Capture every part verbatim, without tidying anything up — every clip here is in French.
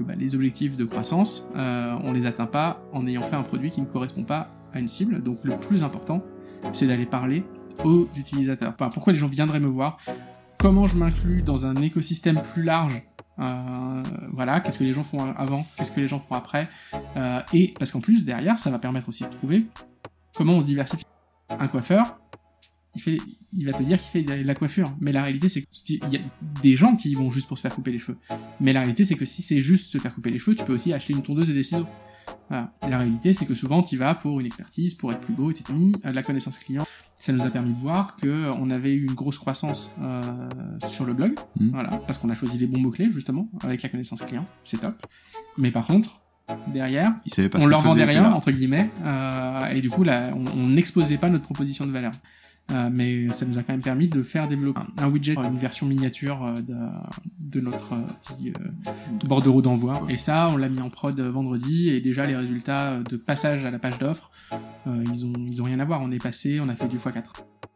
bah, les objectifs de croissance, euh, on les atteint pas en ayant fait un produit qui ne correspond pas à une cible. Donc le plus important, c'est d'aller parler aux utilisateurs. Enfin, pourquoi les gens viendraient me voir? Comment je m'inclus dans un écosystème plus large? Euh, voilà, qu'est-ce que les gens font avant, qu'est-ce que les gens font après, euh, et parce qu'en plus derrière ça va permettre aussi de trouver comment on se diversifie. Un coiffeur, il fait, il va te dire qu'il fait de la coiffure, mais la réalité c'est qu'il y a des gens qui y vont juste pour se faire couper les cheveux, mais la réalité c'est que si c'est juste se faire couper les cheveux, tu peux aussi acheter une tondeuse et des ciseaux. Voilà. Et la réalité c'est que souvent tu y vas pour une expertise, pour être plus beau, et cetera. La connaissance client, ça nous a permis de voir que on avait eu une grosse croissance euh, sur le blog, mmh. voilà, parce qu'on a choisi les bons mots-clés justement avec la connaissance client, c'est top. Mais par contre, derrière, on leur vendait rien entre guillemets, euh, et du coup là, on n'exposait pas notre proposition de valeur. Euh, mais ça nous a quand même permis de faire développer un, un widget, une version miniature euh, de, de notre euh, petit euh, bordereau d'envoi. Et ça, on l'a mis en prod euh, vendredi, et déjà les résultats de passage à la page d'offres, euh, ils ont ils ont rien à voir. On est passé, on a fait du fois quatre.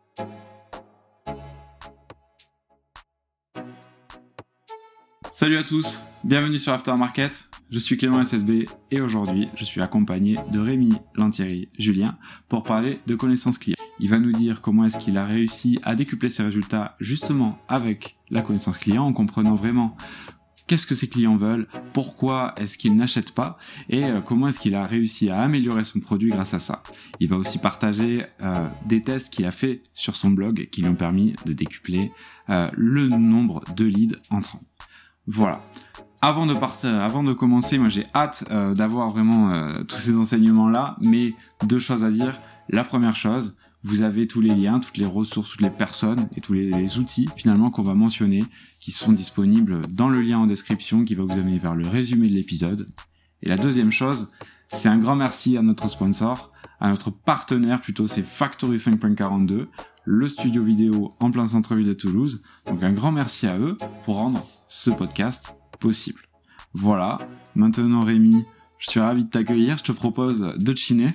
Salut à tous, bienvenue sur Aftermarket. Je suis Clément S S B et aujourd'hui, je suis accompagné de Rémi Lantieri Julien pour parler de connaissance client. Il va nous dire comment est-ce qu'il a réussi à décupler ses résultats justement avec la connaissance client en comprenant vraiment qu'est-ce que ses clients veulent, pourquoi est-ce qu'ils n'achètent pas et euh, comment est-ce qu'il a réussi à améliorer son produit grâce à ça. Il va aussi partager euh, des tests qu'il a fait sur son blog qui lui ont permis de décupler euh, le nombre de leads entrants. Voilà. Avant de partir, avant de commencer, moi j'ai hâte euh, d'avoir vraiment euh, tous ces enseignements-là, mais deux choses à dire. La première chose, vous avez tous les liens, toutes les ressources, toutes les personnes et tous les, les outils finalement qu'on va mentionner qui sont disponibles dans le lien en description qui va vous amener vers le résumé de l'épisode. Et la deuxième chose, c'est un grand merci à notre sponsor, à notre partenaire plutôt, c'est Factory cinq point quarante-deux, le studio vidéo en plein centre-ville de Toulouse. Donc un grand merci à eux pour rendre ce podcast possible. Voilà, maintenant Rémi, je suis ravi de t'accueillir, je te propose de chiner.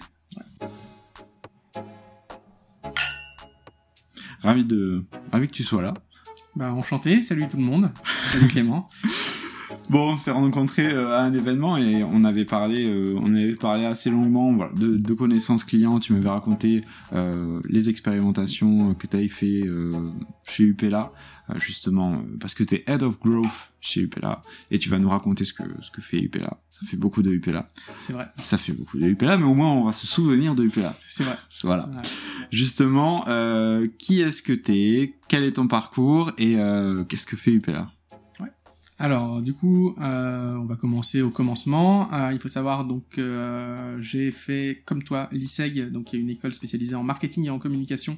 Ravi de, ravi que tu sois là. Bah enchanté, salut tout le monde, salut Clément. Bon, on s'est rencontrés euh, à un événement et on avait parlé, euh, on avait parlé assez longuement voilà, de, de connaissances clients. Tu m'avais raconté euh, les expérimentations que tu avais fait euh, chez Upella, euh, justement euh, parce que tu es Head of Growth chez Upella et tu vas nous raconter ce que ce que fait Upella. Ça fait beaucoup de Upella. C'est vrai. Ça fait beaucoup de Upella, mais au moins on va se souvenir de Upella. C'est vrai. Voilà. Ouais. Justement, euh, qui est-ce que t'es ? Quel est ton parcours et euh, qu'est-ce que fait Upella ? Alors, du coup, euh, on va commencer au commencement. Euh, il faut savoir, donc, euh, j'ai fait, comme toi, l'I S E G, donc qui est une école spécialisée en marketing et en communication,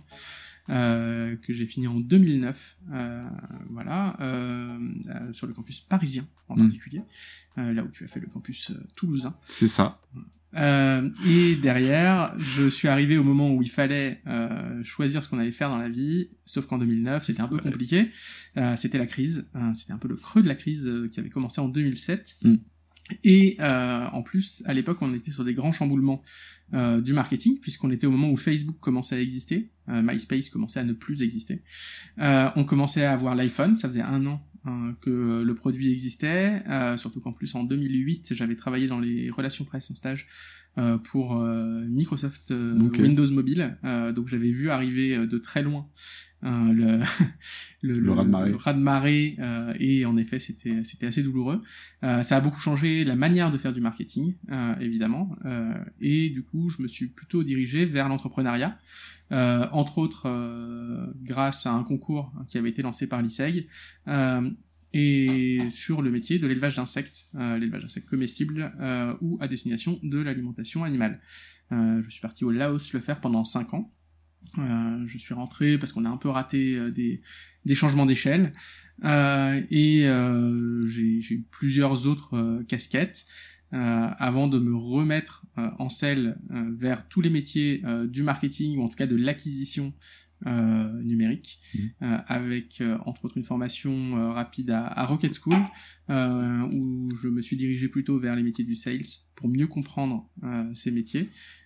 euh, que j'ai fini en deux mille neuf, euh, voilà, euh, euh, sur le campus parisien en mmh. particulier, euh, là où tu as fait le campus euh, toulousain. C'est ça. Euh, et derrière, je suis arrivé au moment où il fallait euh, choisir ce qu'on allait faire dans la vie, sauf qu'en deux mille neuf, c'était un peu compliqué. Euh, c'était la crise, euh, c'était un peu le creux de la crise euh, qui avait commencé en deux mille sept. Mm. Et euh, en plus, à l'époque, on était sur des grands chamboulements euh, du marketing, puisqu'on était au moment où Facebook commençait à exister, euh, MySpace commençait à ne plus exister. Euh, on commençait à avoir l'iPhone, ça faisait un an hein, que le produit existait, euh, surtout qu'en plus en deux mille huit, j'avais travaillé dans les relations presse en stage euh, pour euh, Microsoft euh, okay. Windows Mobile, euh, donc j'avais vu arriver euh, de très loin Euh, le, le, le raz-de-marée, le raz-de-marée euh, et en effet c'était c'était assez douloureux. Euh, ça a beaucoup changé la manière de faire du marketing, euh, évidemment, euh, et du coup je me suis plutôt dirigé vers l'entrepreneuriat, euh, entre autres euh, grâce à un concours qui avait été lancé par l'I S E G, euh, et sur le métier de l'élevage d'insectes, euh, l'élevage d'insectes comestibles euh, ou à destination de l'alimentation animale. Euh, je suis parti au Laos le faire pendant cinq ans. Euh, je suis rentré parce qu'on a un peu raté euh, des, des changements d'échelle euh, et euh, j'ai, j'ai eu plusieurs autres euh, casquettes euh, avant de me remettre euh, en selle euh, vers tous les métiers euh, du marketing ou en tout cas de l'acquisition euh, numérique, mmh. euh, avec euh, entre autres une formation euh, rapide à, à Rocket School euh, où je me suis dirigé plutôt vers les métiers du sales pour mieux comprendre euh, ces métiers.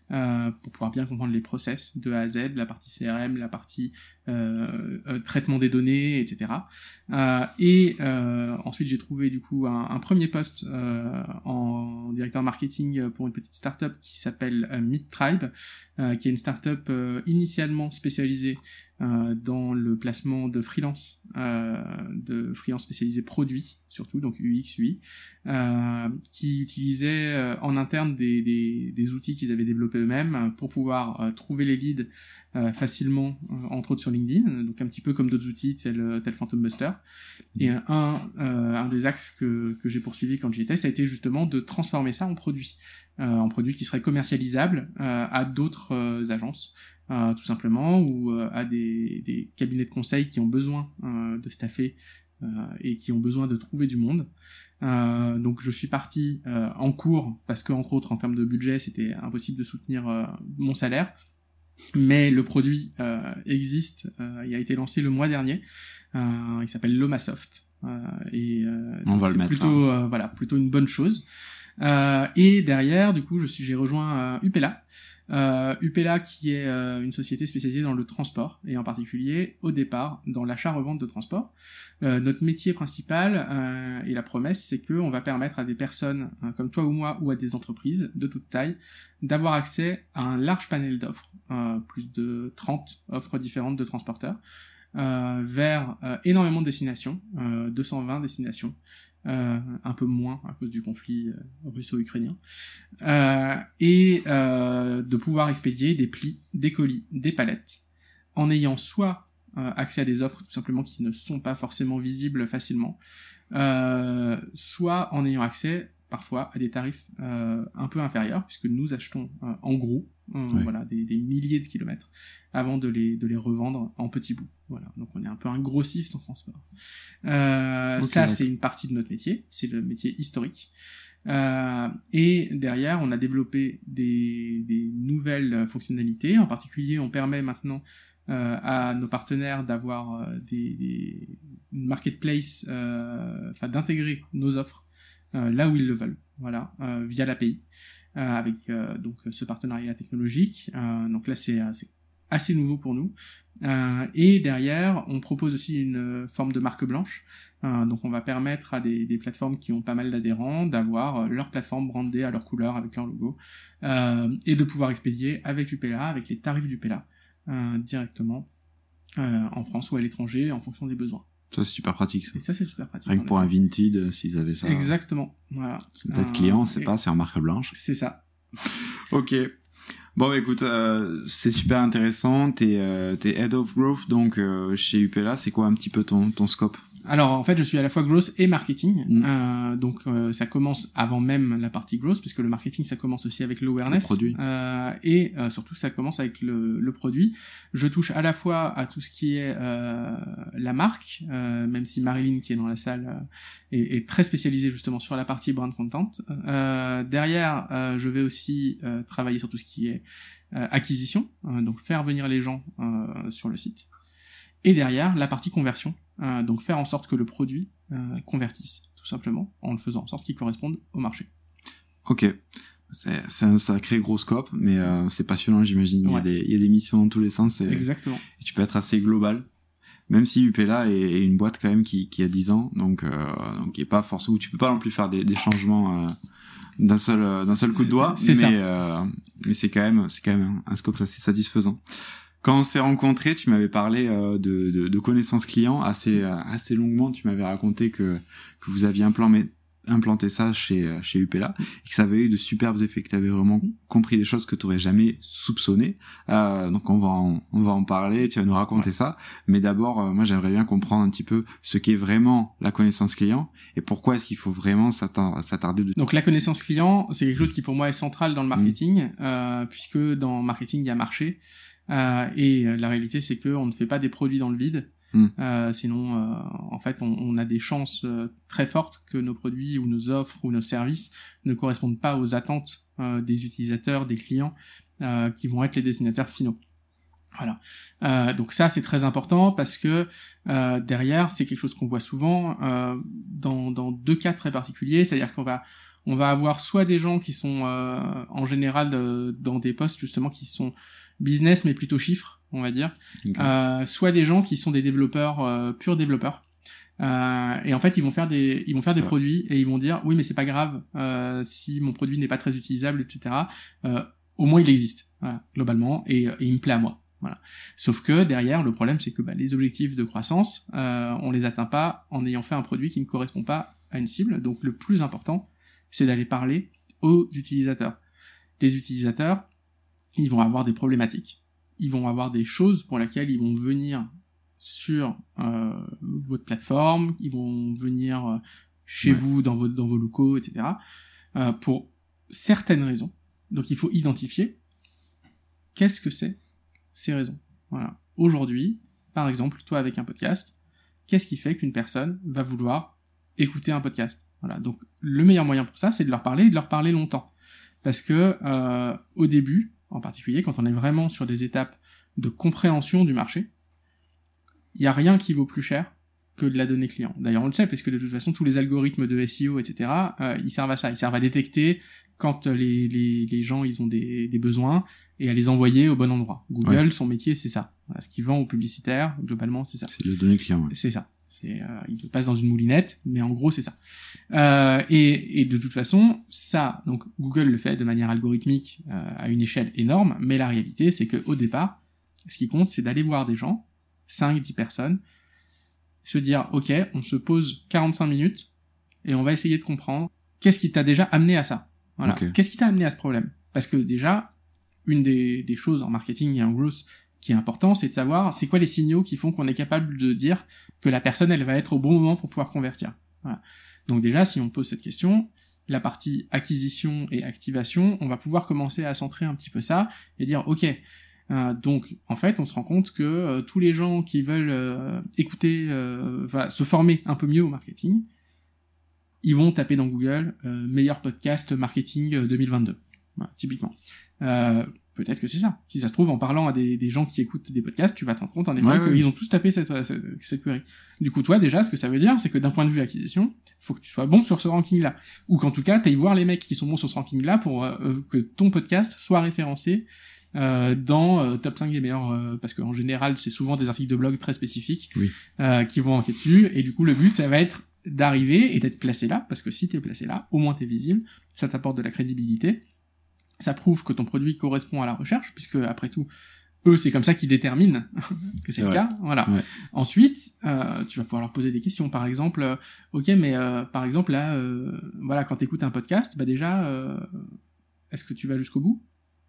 euh, pour pouvoir bien comprendre les process de A à Z, la partie C R M, la partie euh, euh, traitement des données, et cetera. Euh, et euh, ensuite j'ai trouvé du coup un, un premier poste euh, en directeur marketing pour une petite startup qui s'appelle euh, Midtribe, euh, qui est une startup euh, initialement spécialisée euh, dans le placement de freelance, euh, de freelance spécialisés produits surtout, donc U X, U I, euh, qui utilisaient euh, en interne des, des, des outils qu'ils avaient développés eux-mêmes pour pouvoir euh, trouver les leads euh, facilement, euh, entre autres sur LinkedIn, donc un petit peu comme d'autres outils tels, tels Phantom Buster. Et un, euh, un des axes que, que j'ai poursuivi quand j'y étais, ça a été justement de transformer ça en produit, euh, en produit qui serait commercialisable euh, à d'autres euh, agences, euh, tout simplement, ou euh, à des, des cabinets de conseil qui ont besoin euh, de staffer euh, et qui ont besoin de trouver du monde. Euh, donc je suis parti euh, en cours parce que entre autres en termes de budget c'était impossible de soutenir euh, mon salaire, mais le produit euh, existe, euh, il a été lancé le mois dernier, euh, il s'appelle Lomasoft euh, et euh, on va le c'est mettre plutôt euh, voilà plutôt une bonne chose. Euh, et derrière du coup je suis j'ai rejoint euh, Upella. Euh, Upella qui est euh, une société spécialisée dans le transport et en particulier au départ dans l'achat-revente de transport. Euh, notre métier principal euh, et la promesse c'est que on va permettre à des personnes euh, comme toi ou moi ou à des entreprises de toute taille d'avoir accès à un large panel d'offres, euh, plus de trente offres différentes de transporteurs euh, vers euh, énormément de destinations, euh, deux cent vingt destinations. Euh, un peu moins à cause du conflit euh, russo-ukrainien, euh, et euh, de pouvoir expédier des plis, des colis, des palettes, en ayant soit euh, accès à des offres tout simplement qui ne sont pas forcément visibles facilement, euh, soit en ayant accès parfois à des tarifs euh, un peu inférieurs, puisque nous achetons euh, en gros euh, oui. voilà, des, des milliers de kilomètres avant de les, de les revendre en petits bouts. Voilà, donc on est un peu un grossiste en transport. Euh, okay, ça, okay. c'est une partie de notre métier, c'est le métier historique. Euh, et derrière, on a développé des, des nouvelles fonctionnalités. En particulier, on permet maintenant euh, à nos partenaires d'avoir euh, des, des une marketplace, euh, enfin d'intégrer nos offres euh, là où ils le veulent. Voilà, euh, via l'A P I, euh, avec euh, donc ce partenariat technologique. Euh, donc là, c'est, c'est assez nouveau pour nous. Euh, et derrière, on propose aussi une forme de marque blanche. Euh, donc on va permettre à des, des plateformes qui ont pas mal d'adhérents d'avoir euh, leur plateforme brandée à leur couleur avec leur logo euh, et de pouvoir expédier avec Upella, avec les tarifs d'Upella euh, directement euh, en France ou à l'étranger en fonction des besoins. Ça c'est super pratique ça. Et ça c'est super pratique. Rien que pour un Vinted, s'ils avaient ça. Exactement. Voilà. C'est peut-être euh, client, c'est et... pas, c'est en marque blanche. C'est ça. Ok. Bon, bah, écoute, euh, c'est super intéressant. T'es, euh, t'es Head of Growth, donc euh, chez Upella, c'est quoi un petit peu ton, ton scope ? Alors en fait je suis à la fois growth et marketing, mmh. euh, donc euh, ça commence avant même la partie growth, puisque le marketing ça commence aussi avec l'awareness, le produit. Euh, et euh, surtout ça commence avec le, le produit. Je touche à la fois à tout ce qui est euh, la marque, euh, même si Marilyn qui est dans la salle euh, est, est très spécialisée justement sur la partie brand content. Euh, derrière euh, je vais aussi euh, travailler sur tout ce qui est euh, acquisition, euh, donc faire venir les gens euh, sur le site. Et derrière, la partie conversion, euh, donc faire en sorte que le produit euh, convertisse, tout simplement, en le faisant en sorte qu'il corresponde au marché. Ok, c'est, c'est un sacré gros scope, mais euh, c'est passionnant, j'imagine. Ouais. Il y a des, il y a des missions dans tous les sens. Et, exactement. Et tu peux être assez global, même si Upella est, est une boîte quand même qui, qui a dix ans, donc, euh, donc qui est pas forcément où tu peux pas non plus faire des, des changements euh, d'un seul euh, d'un seul coup de doigt, c'est mais ça. Euh, mais c'est quand même c'est quand même un, un scope assez satisfaisant. Quand on s'est rencontrés, tu m'avais parlé euh, de, de, de connaissances clients assez euh, assez longuement. Tu m'avais raconté que que vous aviez implanté implanté ça chez chez Upella et que ça avait eu de superbes effets, que tu avais vraiment compris des choses que tu aurais jamais soupçonnées. Euh, donc on va en, on va en parler. Tu vas nous raconter ouais. ça. Mais d'abord, euh, moi j'aimerais bien comprendre un petit peu ce qu'est vraiment la connaissance client et pourquoi est-ce qu'il faut vraiment s'attarder de... Donc la connaissance client, c'est quelque chose qui pour moi est central dans le marketing, mmh. euh, puisque dans marketing il y a marché. Euh, et la réalité c'est que on ne fait pas des produits dans le vide, mm. euh, sinon euh, en fait on, on a des chances euh, très fortes que nos produits ou nos offres ou nos services ne correspondent pas aux attentes euh, des utilisateurs, des clients euh, qui vont être les destinataires finaux. Voilà. Euh, donc ça c'est très important parce que euh, derrière c'est quelque chose qu'on voit souvent euh, dans, dans deux cas très particuliers, c'est-à-dire qu'on va on va avoir soit des gens qui sont euh, en général de, dans des postes justement qui sont business mais plutôt chiffres, on va dire, okay. euh, soit des gens qui sont des développeurs euh, purs développeurs. Euh, et en fait, ils vont faire des, ils vont faire c'est des vrai. produits et ils vont dire oui, mais c'est pas grave euh, si mon produit n'est pas très utilisable, et cetera. Euh, au moins, il existe, voilà, globalement, et, et il me plaît à moi. Voilà. Sauf que derrière, le problème, c'est que bah, les objectifs de croissance, euh, on les atteint pas en ayant fait un produit qui ne correspond pas à une cible. Donc, le plus important, c'est d'aller parler aux utilisateurs. Les utilisateurs, ils vont avoir des problématiques. Ils vont avoir des choses pour lesquelles ils vont venir sur euh, votre plateforme, ils vont venir euh, chez ouais. vous, dans vos, dans vos locaux, et cetera. Euh, pour certaines raisons. Donc, il faut identifier qu'est-ce que c'est ces raisons. Voilà. Aujourd'hui, par exemple, toi avec un podcast, qu'est-ce qui fait qu'une personne va vouloir écouter un podcast? Voilà. Donc, le meilleur moyen pour ça, c'est de leur parler et de leur parler longtemps. Parce que, euh, au début, en particulier, quand on est vraiment sur des étapes de compréhension du marché, il y a rien qui vaut plus cher que de la donnée client. D'ailleurs, on le sait, parce que de toute façon, tous les algorithmes de S E O, et cetera, euh, ils servent à ça. Ils servent à détecter quand les, les, les gens, ils ont des, des besoins, et à les envoyer au bon endroit. Google, ouais. son métier, c'est ça. Voilà, ce qu'il vend aux publicitaires, globalement, c'est ça. C'est les données clients, ouais. C'est ça. C'est, euh, il le passe dans une moulinette, mais en gros, c'est ça. Euh, et, et de toute façon, ça, donc, Google le fait de manière algorithmique, euh, à une échelle énorme, mais la réalité, c'est que au départ, ce qui compte, c'est d'aller voir des gens, cinq dix personnes, se dire, ok, on se pose quarante-cinq minutes, et on va essayer de comprendre qu'est-ce qui t'a déjà amené à ça. Voilà. Okay. Qu'est-ce qui t'a amené à ce problème? Parce que déjà, une des, des choses en marketing et en growth qui est important, c'est de savoir c'est quoi les signaux qui font qu'on est capable de dire que la personne, elle va être au bon moment pour pouvoir convertir. Voilà. Donc déjà, si on pose cette question, la partie acquisition et activation, on va pouvoir commencer à centrer un petit peu ça et dire, ok, euh, donc en fait, on se rend compte que euh, tous les gens qui veulent euh, écouter, euh, enfin, se former un peu mieux au marketing, ils vont taper dans Google euh, meilleur podcast marketing deux mille vingt-deux. Voilà, typiquement. Euh, peut-être que c'est ça. Si ça se trouve, en parlant à des, des gens qui écoutent des podcasts, tu vas te rendre compte en effet ouais, qu'ils ouais. ont tous tapé cette, cette, cette query. Du coup, toi, déjà, ce que ça veut dire, c'est que d'un point de vue acquisition, faut que tu sois bon sur ce ranking-là. Ou qu'en tout cas, t'ailles voir les mecs qui sont bons sur ce ranking-là pour euh, que ton podcast soit référencé euh, dans euh, top cinq des meilleurs, euh, parce qu'en général, c'est souvent des articles de blog très spécifiques oui. euh, qui vont enquêter dessus, et du coup, le but, ça va être d'arriver et d'être placé là, parce que si t'es placé là, au moins t'es visible, ça t'apporte de la crédibilité, ça prouve que ton produit correspond à la recherche, puisque après tout, eux, c'est comme ça qu'ils déterminent que c'est, c'est le vrai. Cas, voilà. Ouais. Ensuite, euh, tu vas pouvoir leur poser des questions, par exemple, euh, ok, mais euh, par exemple là, euh, voilà, quand t'écoutes un podcast, bah déjà, euh, est-ce que tu vas jusqu'au bout?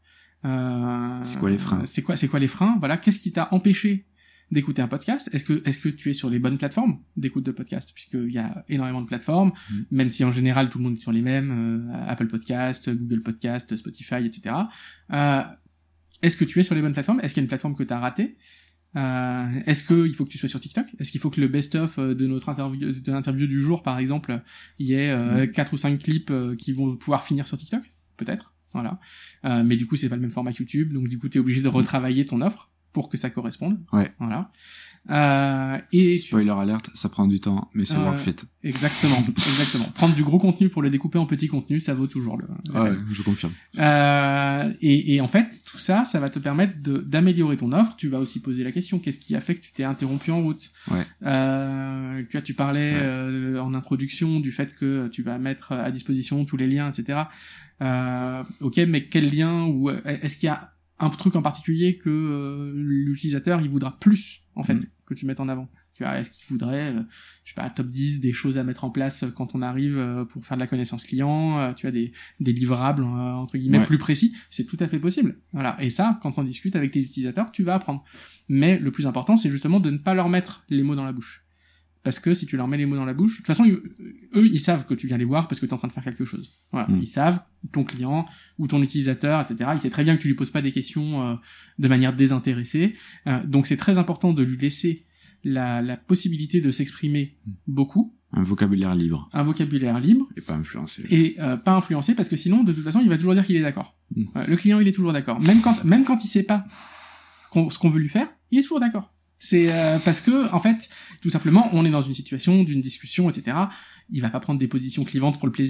euh, C'est quoi les freins? C'est quoi, c'est quoi les freins? Voilà, qu'est-ce qui t'a empêché d'écouter un podcast? Est-ce que est-ce que tu es sur les bonnes plateformes d'écoute de podcast, puisqu'il y a énormément de plateformes, mmh. même si en général tout le monde est sur les mêmes, euh, Apple Podcast, Google Podcast, Spotify, et cetera. Euh, est-ce que tu es sur les bonnes plateformes? Est-ce qu'il y a une plateforme que tu as ratée? Euh, est-ce que il faut que tu sois sur TikTok? Est-ce qu'il faut que le best-of de notre interview, de l'interview du jour, par exemple, il y ait euh, mmh. quatre ou cinq clips euh, qui vont pouvoir finir sur TikTok? Peut-être, voilà. Euh, mais du coup, c'est pas le même format que YouTube, donc du coup, t'es obligé de retravailler ton offre pour que ça corresponde. Ouais. Voilà. Euh, et spoiler alerte, ça prend du temps, mais c'est euh, worth it. Exactement, exactement. Prendre du gros contenu pour le découper en petits contenus, ça vaut toujours le. Ouais, je confirme. Euh, et, et en fait, tout ça, ça va te permettre de, d'améliorer ton offre. Tu vas aussi poser la question, qu'est-ce qui a fait que tu t'es interrompu en route? Ouais. Euh, tu vois, tu parlais ouais. euh, en introduction du fait que tu vas mettre à disposition tous les liens, et cetera. Euh, ok, mais quel lien, ou est-ce qu'il y a un truc en particulier que euh, l'utilisateur il voudra plus en fait mmh. que tu mettes en avant? Tu vois, est-ce qu'il voudrait euh, je sais pas, top dix des choses à mettre en place quand on arrive euh, pour faire de la connaissance client, euh, tu vois, des des livrables euh, entre guillemets ouais. plus précis, c'est tout à fait possible. Voilà, et ça quand on discute avec tes utilisateurs, tu vas apprendre. Mais le plus important, c'est justement de ne pas leur mettre les mots dans la bouche. Parce que si tu leur mets les mots dans la bouche, de toute façon, ils, eux, ils savent que tu viens les voir parce que tu es en train de faire quelque chose. Voilà, mmh. ils savent, ton client ou ton utilisateur, et cetera. Il sait très bien que tu lui poses pas des questions euh, de manière désintéressée. Euh, donc c'est très important de lui laisser la, la possibilité de s'exprimer mmh. beaucoup. Un vocabulaire libre. Un vocabulaire libre. Et pas influencé. Et euh, pas influencé, parce que sinon, de toute façon, il va toujours dire qu'il est d'accord. Mmh. Euh, le client, il est toujours d'accord. Même quand, même quand il sait pas qu'on, ce qu'on veut lui faire, il est toujours d'accord. C'est euh, parce que en fait, tout simplement, on est dans une situation d'une discussion, et cetera. Il va pas prendre des positions clivantes pour le plaisir.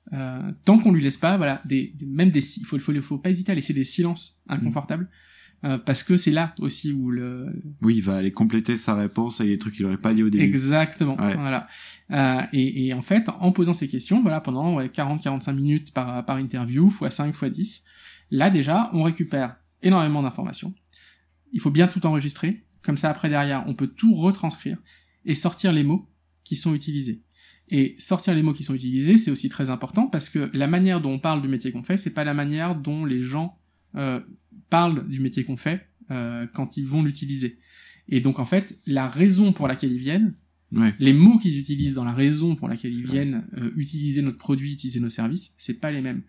euh, tant qu'on lui laisse pas, voilà, des, des même des, il faut, faut, faut pas hésiter à laisser des silences inconfortables, mmh. euh, parce que c'est là aussi où le. Oui, il va aller compléter sa réponse avec des trucs qu'il aurait pas dit au début. Exactement. Ouais. Voilà. Euh, et, et en fait, en posant ces questions, voilà, pendant ouais, quarante à quarante-cinq minutes par par interview, fois cinq, fois dix, là déjà, on récupère énormément d'informations. Il faut bien tout enregistrer, comme ça après derrière, on peut tout retranscrire et sortir les mots qui sont utilisés. Et sortir les mots qui sont utilisés, c'est aussi très important parce que la manière dont on parle du métier qu'on fait, c'est pas la manière dont les gens euh, parlent du métier qu'on fait euh, quand ils vont l'utiliser. Et donc en fait, la raison pour laquelle ils viennent, ouais. les mots qu'ils utilisent dans la raison pour laquelle c'est ils vrai. viennent euh, utiliser notre produit, utiliser nos services, c'est pas les mêmes.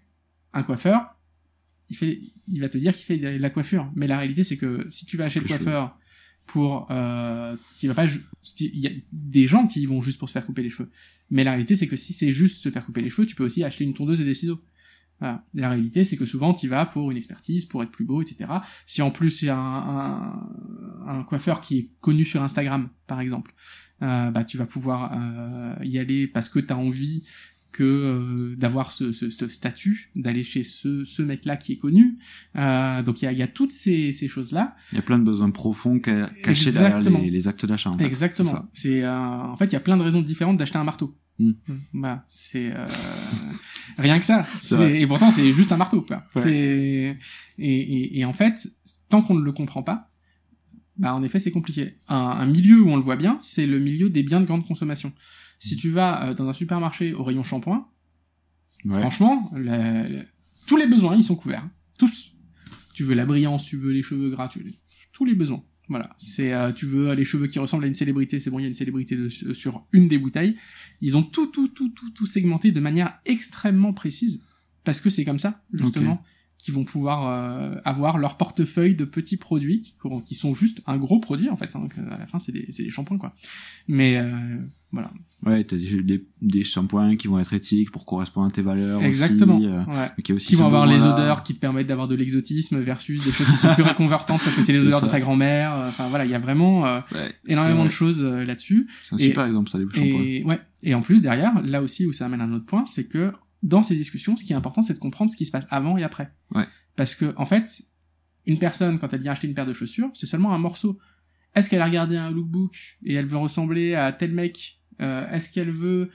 Un coiffeur, il fait, il va te dire qu'il fait de la coiffure, mais la réalité c'est que si tu vas chez le coiffeur pour, euh, qui va pas, il y a des gens qui y vont juste pour se faire couper les cheveux, mais la réalité c'est que si c'est juste se faire couper les cheveux, tu peux aussi acheter une tondeuse et des ciseaux. Voilà. Et la réalité c'est que souvent tu vas pour une expertise, pour être plus beau, et cetera. Si en plus c'est un, un, un coiffeur qui est connu sur Instagram, par exemple, euh, bah tu vas pouvoir euh, y aller parce que t'as envie que euh, d'avoir ce, ce, ce statut, d'aller chez ce, ce mec-là qui est connu. Euh, donc il y a, y a toutes ces, ces choses-là. Il y a plein de besoins profonds ca- cachés Exactement. derrière les, les actes d'achat. En fait. Exactement. C'est, c'est euh, en fait il y a plein de raisons différentes d'acheter un marteau. Mm. Voilà, c'est euh, rien que ça. C'est C'est, et pourtant c'est juste un marteau, quoi. Ouais. C'est et, et, et en fait, tant qu'on ne le comprend pas, bah en effet c'est compliqué. Un, un milieu où on le voit bien, c'est le milieu des biens de grande consommation. Si tu vas euh, dans un supermarché au rayon shampoing, Ouais. franchement, la, la, tous les besoins ils sont couverts, tous. Tu veux la brillance, tu veux les cheveux gras, tu veux les, tous les besoins. Voilà, c'est euh, tu veux les cheveux qui ressemblent à une célébrité, c'est bon, il y a une célébrité de, sur une des bouteilles. Ils ont tout, tout, tout, tout, tout segmenté de manière extrêmement précise parce que c'est comme ça justement Okay. qu'ils vont pouvoir euh, avoir leur portefeuille de petits produits qui, qui sont juste un gros produit en fait. Hein, donc à la fin c'est des, c'est des shampoings quoi. Mais euh, voilà. Ouais, t'as des, des, des shampoings qui vont être éthiques pour correspondre à tes valeurs. Exactement. Aussi, euh, ouais. Qui, aussi qui vont avoir les là. odeurs qui te permettent d'avoir de l'exotisme versus des choses qui sont plus réconfortantes parce que c'est les C'est odeurs ça. de ta grand-mère. Enfin voilà, il y a vraiment euh, Ouais, énormément c'est de choses euh, là-dessus. C'est un Et- super exemple, ça, les shampoings. Et ouais. Et en plus derrière, là aussi où ça amène à un autre point, c'est que dans ces discussions, ce qui est important, c'est de comprendre ce qui se passe avant et après. Ouais. Parce que en fait, une personne quand elle vient acheter une paire de chaussures, c'est seulement un morceau. Est-ce qu'elle a regardé un lookbook et elle veut ressembler à tel mec? euh, Est-ce qu'elle veut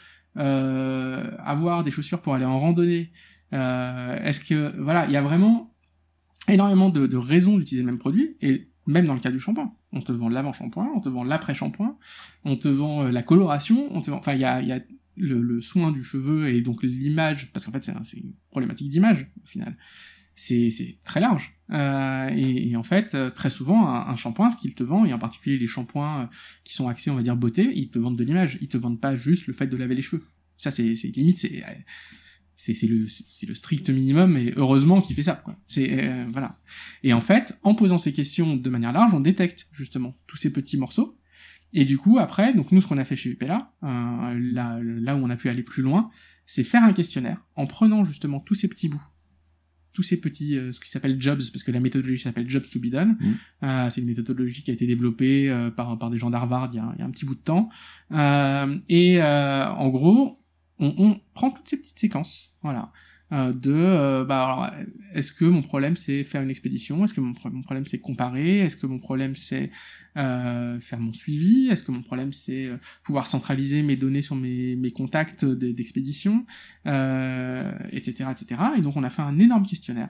euh, avoir des chaussures pour aller en randonnée? euh, Est-ce que voilà, il y a vraiment énormément de, de raisons d'utiliser le même produit et même dans le cas du shampoing, on te vend l'avant-shampoing, on te vend l'après-shampoing, on te vend euh, la coloration, on te vend, enfin il y a, il y a le, le soin du cheveu et donc l'image, parce qu'en fait c'est, un, c'est une problématique d'image au final. C'est, c'est très large. Euh, et, et en fait, euh, très souvent, un, un shampoing, ce qu'il te vend, et en particulier les shampoings euh, qui sont axés, on va dire, beauté, ils te vendent de l'image. Ils te vendent pas juste le fait de laver les cheveux. Ça, c'est, c'est limite, c'est, c'est, c'est le, c'est le strict minimum, et heureusement qu'il fait ça, quoi. C'est, euh, voilà. Et en fait, en posant ces questions de manière large, on détecte, justement, tous ces petits morceaux. Et du coup, après, donc nous, ce qu'on a fait chez Upella, euh, là, là où on a pu aller plus loin, c'est faire un questionnaire, en prenant, justement, tous ces petits bouts, tous ces petits, euh, ce qui s'appelle jobs, parce que la méthodologie s'appelle jobs to be done. Mmh. Euh, c'est une méthodologie qui a été développée euh, par par des gens d'Harvard il y a, il y a un petit bout de temps. Euh, et euh, en gros, on, on prend toutes ces petites séquences, voilà, euh, de, euh, bah alors, est-ce que mon problème c'est faire une expédition? Est-ce que mon, mon problème c'est comparer? Est-ce que mon problème c'est euh, faire mon suivi? Est-ce que mon problème c'est euh, pouvoir centraliser mes données sur mes, mes contacts d'expédition, euh, et cetera, et cetera. Et donc on a fait un énorme questionnaire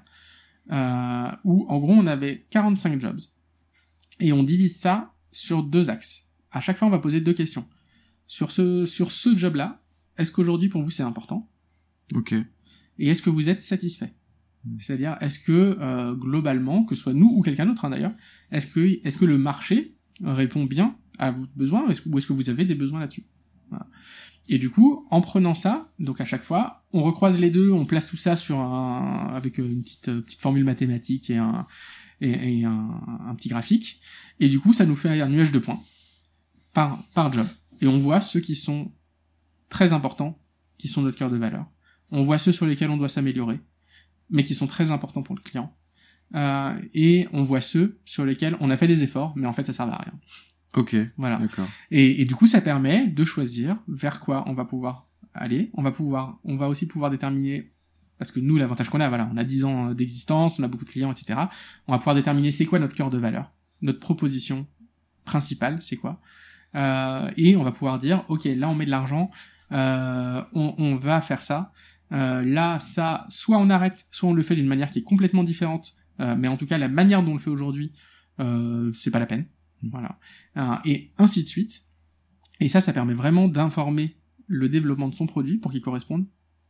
euh, où en gros on avait quarante-cinq jobs et on divise ça sur deux axes. À chaque fois on va poser deux questions. Sur ce sur ce job-là, est-ce qu'aujourd'hui pour vous c'est important? Ok. Et est-ce que vous êtes satisfait? Mmh. C'est-à-dire, est-ce que, euh, globalement, que ce soit nous ou quelqu'un d'autre, hein, d'ailleurs, est-ce que, est-ce que le marché répond bien à vos besoins, ou est-ce que, ou est-ce que vous avez des besoins là-dessus? Voilà. Et du coup, en prenant ça, donc à chaque fois, on recroise les deux, on place tout ça sur un, avec une petite, petite formule mathématique et un, et, et un, un petit graphique, et du coup, ça nous fait un nuage de points par, par job. Et on voit ceux qui sont très importants, qui sont notre cœur de valeur. On voit ceux sur lesquels on doit s'améliorer, mais qui sont très importants pour le client. Euh, et on voit ceux sur lesquels on a fait des efforts, mais en fait ça sert à rien. Ok. Voilà. D'accord. Et, et du coup, ça permet de choisir vers quoi on va pouvoir aller, on va pouvoir, on va aussi pouvoir déterminer, parce que nous, l'avantage qu'on a, voilà, on a dix ans d'existence, on a beaucoup de clients, et cetera. On va pouvoir déterminer c'est quoi notre cœur de valeur, notre proposition principale, c'est quoi. Euh, et on va pouvoir dire, ok, là on met de l'argent, euh, on, on va faire ça. Euh, là, ça, soit on arrête, soit on le fait d'une manière qui est complètement différente. Euh, mais en tout cas, la manière dont on le fait aujourd'hui, euh, c'est pas la peine. Voilà. Euh, et ainsi de suite. Et ça, ça permet vraiment d'informer le développement de son produit pour qu'il corresponde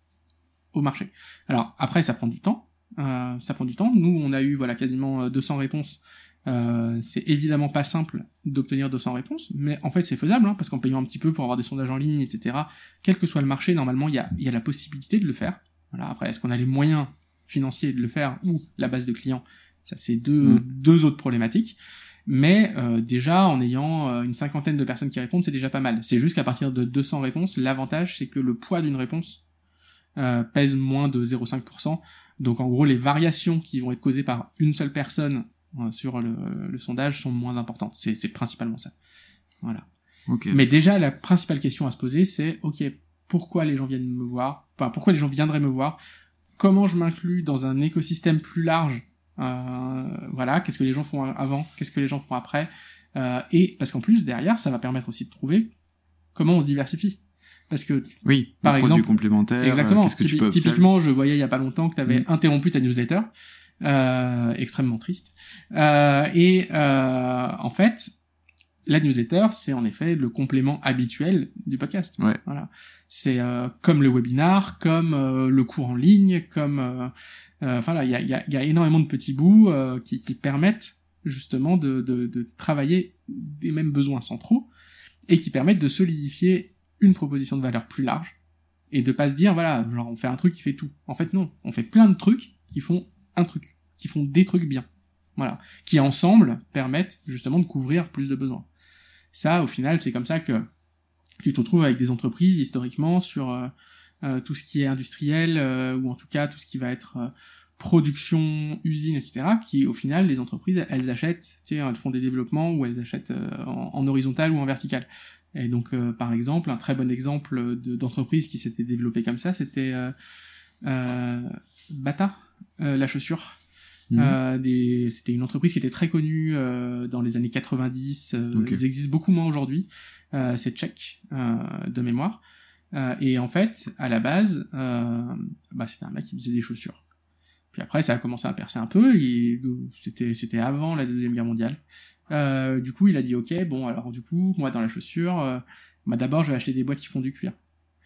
au marché. Alors après, ça prend du temps. Euh, ça prend du temps. Nous, on a eu voilà quasiment deux cents réponses. Euh, c'est évidemment pas simple d'obtenir deux cents réponses, mais en fait c'est faisable, hein, parce qu'en payant un petit peu pour avoir des sondages en ligne, et cetera. Quel que soit le marché, normalement il y a, il y a la possibilité de le faire. Voilà. Après, est-ce qu'on a les moyens financiers de le faire ou la base de clients? Ça, c'est deux, mmh. deux autres problématiques. Mais euh, déjà, en ayant euh, une cinquantaine de personnes qui répondent, c'est déjà pas mal. C'est juste qu'à partir de deux cents réponses, l'avantage c'est que le poids d'une réponse euh, pèse moins de zéro virgule cinq pour cent. Donc en gros, les variations qui vont être causées par une seule personne sur le, le sondage sont moins importantes. C'est, c'est principalement ça. Voilà. Okay. Mais déjà, la principale question à se poser, c'est, ok, pourquoi les gens viennent me voir? Enfin, pourquoi les gens viendraient me voir? Comment je m'inclus dans un écosystème plus large? Euh, voilà. Qu'est-ce que les gens font avant? Qu'est-ce que les gens font après? Euh, et parce qu'en plus, derrière, ça va permettre aussi de trouver comment on se diversifie. Parce que, oui, par exemple, produits complémentaires. Exactement. Qu'est-ce que Typi- tu peux typiquement, je voyais il y a pas longtemps que tu avais mmh. interrompu ta newsletter. Euh, extrêmement triste. Euh, et euh, en fait, la newsletter, c'est en effet le complément habituel du podcast. Ouais. Voilà. C'est euh, comme le webinar, comme euh, le cours en ligne, comme euh, euh, enfin là, il y a, y, a, y a énormément de petits bouts euh, qui, qui permettent justement de, de, de travailler des mêmes besoins centraux et qui permettent de solidifier une proposition de valeur plus large et de pas se dire voilà, genre on fait un truc qui fait tout. En fait non, on fait plein de trucs qui font un truc, qui font des trucs bien, voilà, qui ensemble permettent justement de couvrir plus de besoins. Ça, au final, c'est comme ça que tu te retrouves avec des entreprises historiquement sur euh, euh, tout ce qui est industriel euh, ou en tout cas tout ce qui va être euh, production, usine, et cetera. Qui, au final, les entreprises, elles achètent, tu sais, elles font des développements ou elles achètent euh, en, en horizontal ou en vertical. Et donc, euh, par exemple, un très bon exemple de, d'entreprise qui s'était développée comme ça, c'était euh, euh, Bata. Euh, la chaussure. Mmh. Euh, des... C'était une entreprise qui était très connue euh, dans les années quatre-vingt-dix. Euh, okay. Ils existent beaucoup moins aujourd'hui. Euh, c'est tchèque euh, de mémoire. Euh, et en fait, à la base, euh, bah, c'était un mec qui faisait des chaussures. Puis après, ça a commencé à percer un peu. Et c'était c'était avant la Deuxième Guerre mondiale. Euh, du coup, il a dit ok, bon alors du coup, moi dans la chaussure, euh, bah, d'abord je vais acheter des boîtes qui font du cuir.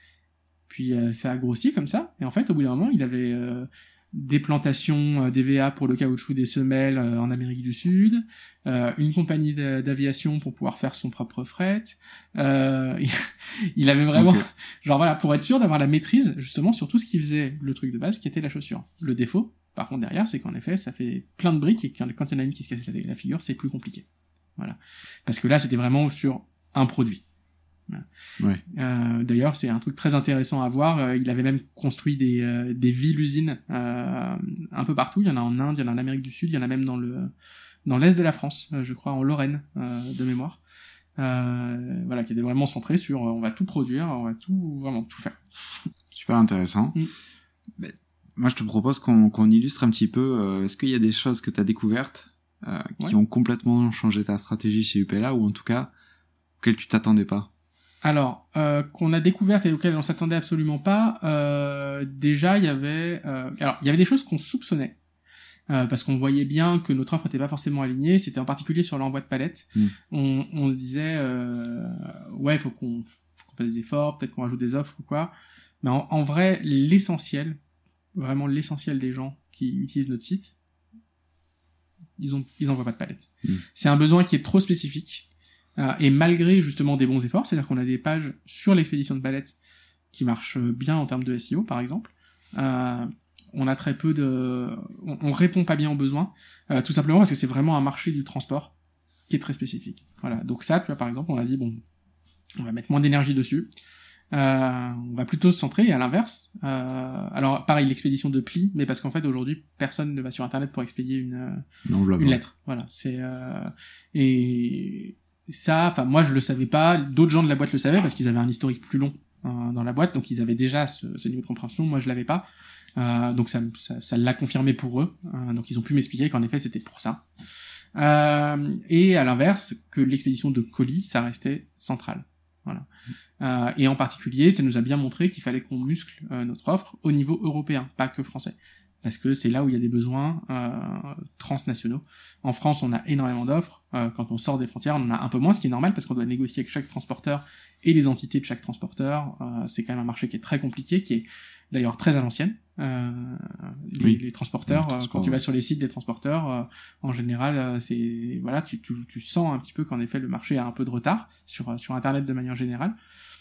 Puis euh, ça a grossi comme ça. Et en fait, au bout d'un moment, il avait euh, des plantations euh, d'E V A pour le caoutchouc des semelles euh, en Amérique du Sud, euh, une compagnie d'aviation pour pouvoir faire son propre fret. Euh, il avait vraiment, okay. genre voilà, pour être sûr d'avoir la maîtrise justement sur tout ce qui faisait le truc de base, qui était la chaussure. Le défaut, par contre derrière, c'est qu'en effet, ça fait plein de briques et quand il y en a une qui se casse la figure, c'est plus compliqué. Voilà, parce que là, c'était vraiment sur un produit. Ouais. Euh, d'ailleurs, c'est un truc très intéressant à voir. Euh, il avait même construit des, euh, des villes-usines euh, un peu partout. Il y en a en Inde, il y en a en Amérique du Sud, il y en a même dans le dans l'est de la France, euh, je crois, en Lorraine, euh, de mémoire. Euh, voilà, qui était vraiment centré sur euh, on va tout produire, on va tout vraiment tout faire. Super intéressant. Mm. Mais, moi, je te propose qu'on, qu'on illustre un petit peu. Euh, est-ce qu'il y a des choses que tu as découvertes euh, qui ouais. ont complètement changé ta stratégie chez U P L A ou en tout cas auxquelles tu t'attendais pas? Alors, euh, qu'on a découvert et auxquelles on s'attendait absolument pas, euh, déjà, il y avait... Euh, alors, il y avait des choses qu'on soupçonnait, euh, parce qu'on voyait bien que notre offre n'était pas forcément alignée, c'était en particulier sur l'envoi de palettes. Mmh. On, on se disait, euh, ouais, il faut qu'on, faut qu'on fasse des efforts, peut-être qu'on rajoute des offres ou quoi. Mais en, en vrai, l'essentiel, vraiment l'essentiel des gens qui utilisent notre site, ils ont, ils envoient pas de palettes. Mmh. C'est un besoin qui est trop spécifique. Euh, et malgré justement des bons efforts, c'est-à-dire qu'on a des pages sur l'expédition de palettes qui marchent bien en termes de S E O par exemple, euh, on a très peu de, on, on répond pas bien aux besoins, euh, tout simplement parce que c'est vraiment un marché du transport qui est très spécifique. Voilà, donc ça, tu vois, par exemple, on a dit bon, on va mettre moins d'énergie dessus, euh, on va plutôt se centrer, et à l'inverse, euh, alors pareil, l'expédition de plis, mais parce qu'en fait aujourd'hui personne ne va sur internet pour expédier une non, une lettre. Voilà, c'est euh, et ça, enfin moi je le savais pas, d'autres gens de la boîte le savaient parce qu'ils avaient un historique plus long euh, dans la boîte, donc ils avaient déjà ce, ce niveau de compréhension. Moi, je l'avais pas, euh, donc ça, ça, ça l'a confirmé pour eux. Euh, donc ils ont pu m'expliquer qu'en effet, c'était pour ça. Euh, et à l'inverse, que l'expédition de colis, ça restait central. Voilà. Euh, et en particulier, ça nous a bien montré qu'il fallait qu'on muscle euh, notre offre au niveau européen, pas que français. Parce que c'est là où il y a des besoins euh, transnationaux. En France, on a énormément d'offres. Euh, quand on sort des frontières, on en a un peu moins, ce qui est normal parce qu'on doit négocier avec chaque transporteur et les entités de chaque transporteur. Euh, c'est quand même un marché qui est très compliqué, qui est d'ailleurs très à l'ancienne. Euh, les, oui. les transporteurs, euh, quand tu vas sur les sites des transporteurs, euh, en général, euh, c'est voilà, tu, tu, tu sens un petit peu qu'en effet le marché a un peu de retard sur sur Internet de manière générale.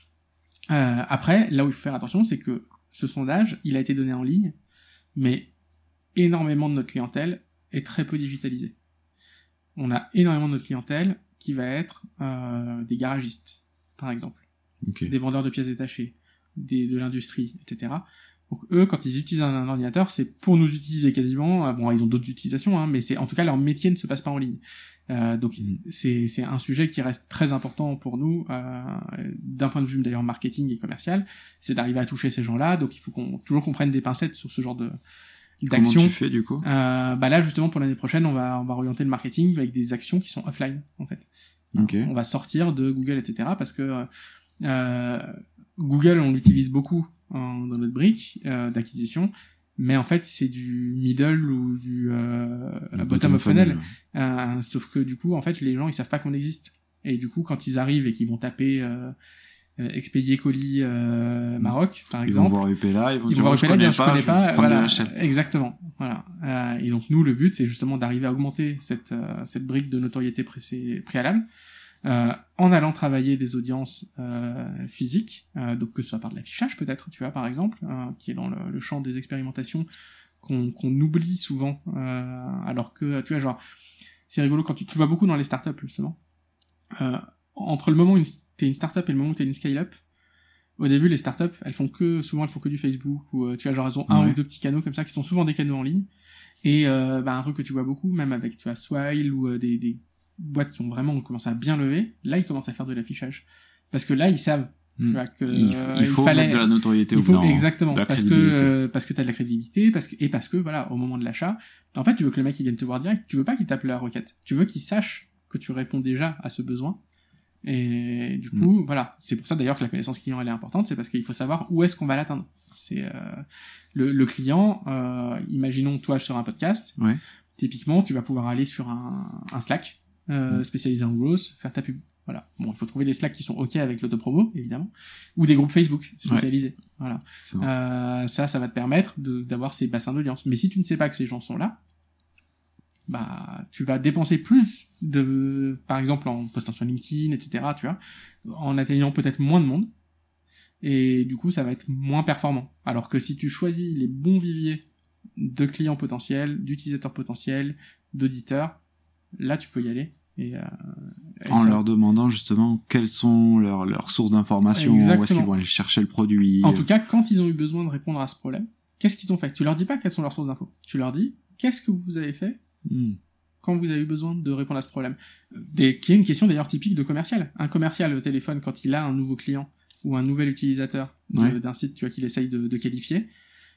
Euh, après, là où il faut faire attention, c'est que ce sondage, il a été donné en ligne, mais énormément de notre clientèle est très peu digitalisée. On a énormément de notre clientèle qui va être euh, des garagistes, par exemple, okay. des vendeurs de pièces détachées, des, de l'industrie, et cetera. Donc eux, quand ils utilisent un, un ordinateur, c'est pour nous utiliser quasiment. Euh, bon, ils ont d'autres utilisations, hein, mais c'est en tout cas leur métier ne se passe pas en ligne. Euh, donc mmh. c'est c'est un sujet qui reste très important pour nous, euh, d'un point de vue d'ailleurs marketing et commercial, c'est d'arriver à toucher ces gens-là. Donc il faut qu'on toujours qu'on prenne des pincettes sur ce genre de d'action. Comment tu fais du coup euh, Bah là justement pour l'année prochaine, on va on va orienter le marketing avec des actions qui sont offline en fait. Okay. On va sortir de Google, et cetera. Parce que euh, Google on l'utilise beaucoup hein, dans notre brique euh, d'acquisition, mais en fait c'est du middle ou du euh, bottom, bottom of funnel. funnel. Euh, sauf que du coup en fait les gens ils savent pas qu'on existe. Et du coup quand ils arrivent et qu'ils vont taper euh, Euh, expédier colis euh, Maroc par ils exemple, ils vont voir U P L A, ils vont ils dire vont voir je connais je pas, connais je pas, voilà, de exactement, voilà. Euh, et donc nous le but c'est justement d'arriver à augmenter cette euh, cette brique de notoriété pré- préalable euh, en allant travailler des audiences euh, physiques, euh, donc que ce soit par de l'affichage peut-être, tu vois par exemple, euh, qui est dans le, le champ des expérimentations qu'on qu'on oublie souvent, euh, alors que tu vois genre c'est rigolo quand tu tu le vois beaucoup dans les startups justement. Euh, entre le moment où une, t'es une startup et le moment où t'es une scale-up, au début les startups elles font que souvent elles font que du Facebook ou euh, tu vois genre elles ont un ouais. ou deux petits canaux comme ça qui sont souvent des canaux en ligne et euh, bah un truc que tu vois beaucoup même avec tu vois Swile ou euh, des, des boîtes qui ont vraiment commencé à bien lever, là ils commencent à faire de l'affichage parce que là ils savent mmh. tu vois que il, euh, il faut il fallait, mettre de la notoriété il faut, dans exactement la parce que euh, parce que t'as de la crédibilité parce que et parce que voilà au moment de l'achat en fait tu veux que le mec il vienne te voir direct, tu veux pas qu'il tape la requête, tu veux qu'il sache que tu réponds déjà à ce besoin. Et du coup, mmh. voilà, c'est pour ça d'ailleurs que la connaissance client elle est importante, c'est parce qu'il faut savoir où est-ce qu'on va l'atteindre. C'est euh, le, le client. Euh, imaginons toi sur un podcast. Ouais. Typiquement, tu vas pouvoir aller sur un, un Slack euh, mmh. spécialisé en growth, faire ta pub. Voilà. Bon, il faut trouver des Slack qui sont ok avec l'autopromo évidemment, ou des groupes Facebook spécialisés. Ouais. Voilà. Euh, ça, ça va te permettre de, d'avoir ces bassins d'audience. Mais si tu ne sais pas que ces gens sont là, bah tu vas dépenser plus de par exemple en postant sur LinkedIn, etc., tu vois, en atteignant peut-être moins de monde et du coup ça va être moins performant, alors que si tu choisis les bons viviers de clients potentiels, d'utilisateurs potentiels, d'auditeurs, là tu peux y aller et, euh, et en ça... leur demandant justement quelles sont leurs leurs sources d'information, où est-ce qu'ils vont aller chercher le produit. En tout cas quand ils ont eu besoin de répondre à ce problème, qu'est-ce qu'ils ont fait? Tu leur dis pas quelles sont leurs sources d'infos, tu leur dis qu'est-ce que vous avez fait Mmh. quand vous avez eu besoin de répondre à ce problème. Des, qui est une question d'ailleurs typique de commercial. Un commercial au téléphone, quand il a un nouveau client ou un nouvel utilisateur de, ouais. d'un site, tu vois, qu'il essaye de, de qualifier,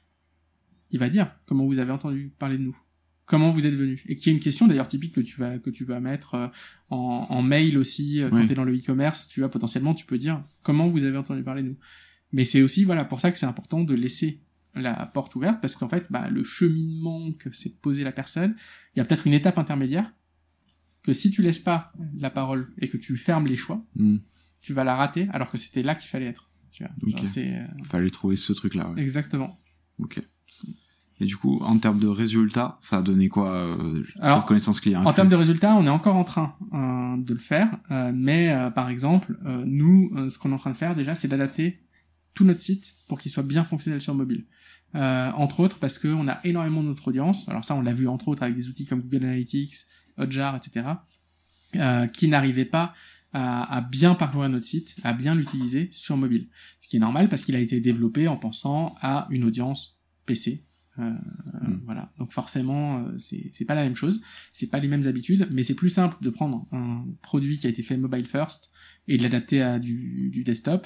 il va dire comment vous avez entendu parler de nous, comment vous êtes venu, et qui est une question d'ailleurs typique que tu vas que tu vas mettre euh, en, en mail aussi euh, quand ouais. t'es dans le e-commerce, tu vois, potentiellement tu peux dire comment vous avez entendu parler de nous. Mais c'est aussi voilà pour ça que c'est important de laisser la porte ouverte, parce qu'en fait bah le cheminement que s'est posé la personne, il y a peut-être une étape intermédiaire que si tu laisses pas la parole et que tu fermes les choix, mm. tu vas la rater, alors que c'était là qu'il fallait être, tu vois. Okay. Genre, c'est euh... fallait trouver ce truc là ouais. Exactement. Ok. Et du coup en termes de résultats ça a donné quoi euh, alors, cette connaissance client en termes de résultats on est encore en train euh, de le faire, euh, mais euh, par exemple euh, nous euh, ce qu'on est en train de faire déjà c'est d'adapter tout notre site pour qu'il soit bien fonctionnel sur mobile. Euh, entre autres parce que on a énormément de notre audience, alors ça on l'a vu entre autres avec des outils comme Google Analytics, Hotjar, et cetera, euh, qui n'arrivaient pas à, à bien parcourir notre site, à bien l'utiliser sur mobile. Ce qui est normal parce qu'il a été développé en pensant à une audience P C. Euh, mm. euh, voilà. Donc forcément, euh, c'est, c'est pas la même chose, c'est pas les mêmes habitudes, mais c'est plus simple de prendre un produit qui a été fait mobile first et de l'adapter à du, du desktop.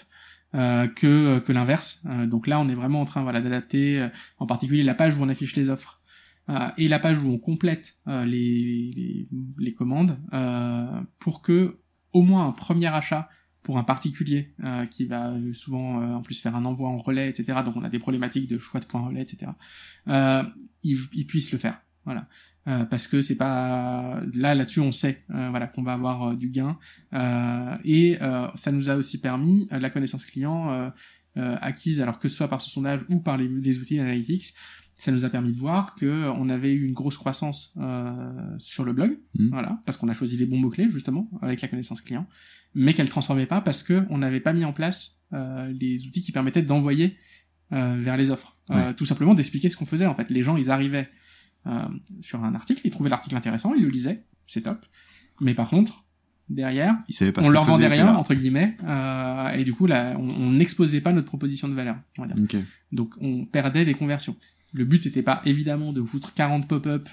euh, que que l'inverse. Euh, donc là, on est vraiment en train, voilà, d'adapter, euh, en particulier la page où on affiche les offres euh, et la page où on complète euh, les, les les commandes euh, pour que au moins un premier achat pour un particulier euh, qui va souvent euh, en plus faire un envoi en relais, et cetera. Donc on a des problématiques de choix de points relais, et cetera. Euh, il, il puisse le faire, voilà, euh, parce que c'est pas là là-dessus on sait, euh, voilà, qu'on va avoir euh, du gain euh, et euh, ça nous a aussi permis euh, la connaissance client euh, euh, acquise, alors que ce soit par ce sondage ou par les, les outils d'analytics. Ça nous a permis de voir que on avait eu une grosse croissance euh, sur le blog, mmh. voilà, parce qu'on a choisi les bons mots-clés justement avec la connaissance client, mais qu'elle transformait pas parce que on n'avait pas mis en place euh, les outils qui permettaient d'envoyer euh, vers les offres, ouais. euh, tout simplement d'expliquer ce qu'on faisait en fait. Les gens ils arrivaient euh, sur un article, ils trouvaient l'article intéressant, ils le lisaient, c'est top, mais par contre derrière, ils savaient pas on ce leur vendait rien là. entre guillemets, euh, et du coup là on n'exposait pas notre proposition de valeur, on va dire. Okay. Donc on perdait des conversions. Le but c'était pas évidemment de foutre quarante pop-up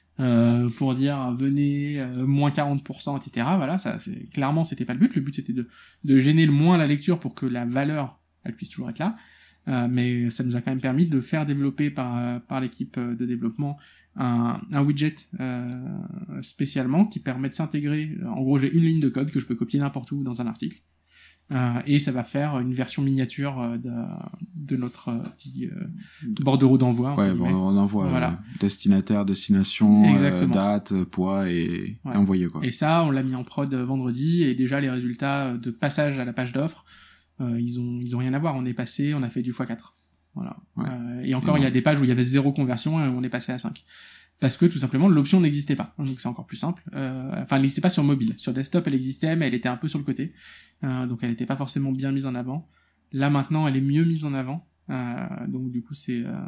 euh, pour dire venez euh, moins quarante pour cent, et cetera. Voilà, ça c'est clairement c'était pas le but. Le but c'était de de gêner le moins la lecture pour que la valeur elle puisse toujours être là. Euh, mais ça nous a quand même permis de faire développer par par l'équipe de développement un un widget euh, spécialement qui permet de s'intégrer. En gros, j'ai une ligne de code que je peux copier n'importe où dans un article. Euh, et ça va faire une version miniature euh, de, de notre euh, petit euh, bordereau d'envoi. Ouais, bordereau d'envoi. Voilà. Euh, destinataire, destination, euh, date, poids et, ouais. et envoyer, quoi. Et ça, on l'a mis en prod vendredi et déjà les résultats de passage à la page d'offre, euh, ils ont ils ont rien à voir. On est passé, on a fait du fois quatre. Voilà. Ouais. Euh, et encore, il y a des pages où il y avait zéro conversion et on est passé à cinq. Parce que tout simplement l'option n'existait pas, donc c'est encore plus simple. Euh, enfin, elle n'existait pas sur mobile. Sur desktop, elle existait, mais elle était un peu sur le côté, euh, donc elle n'était pas forcément bien mise en avant. Là maintenant, elle est mieux mise en avant, euh, donc du coup c'est euh,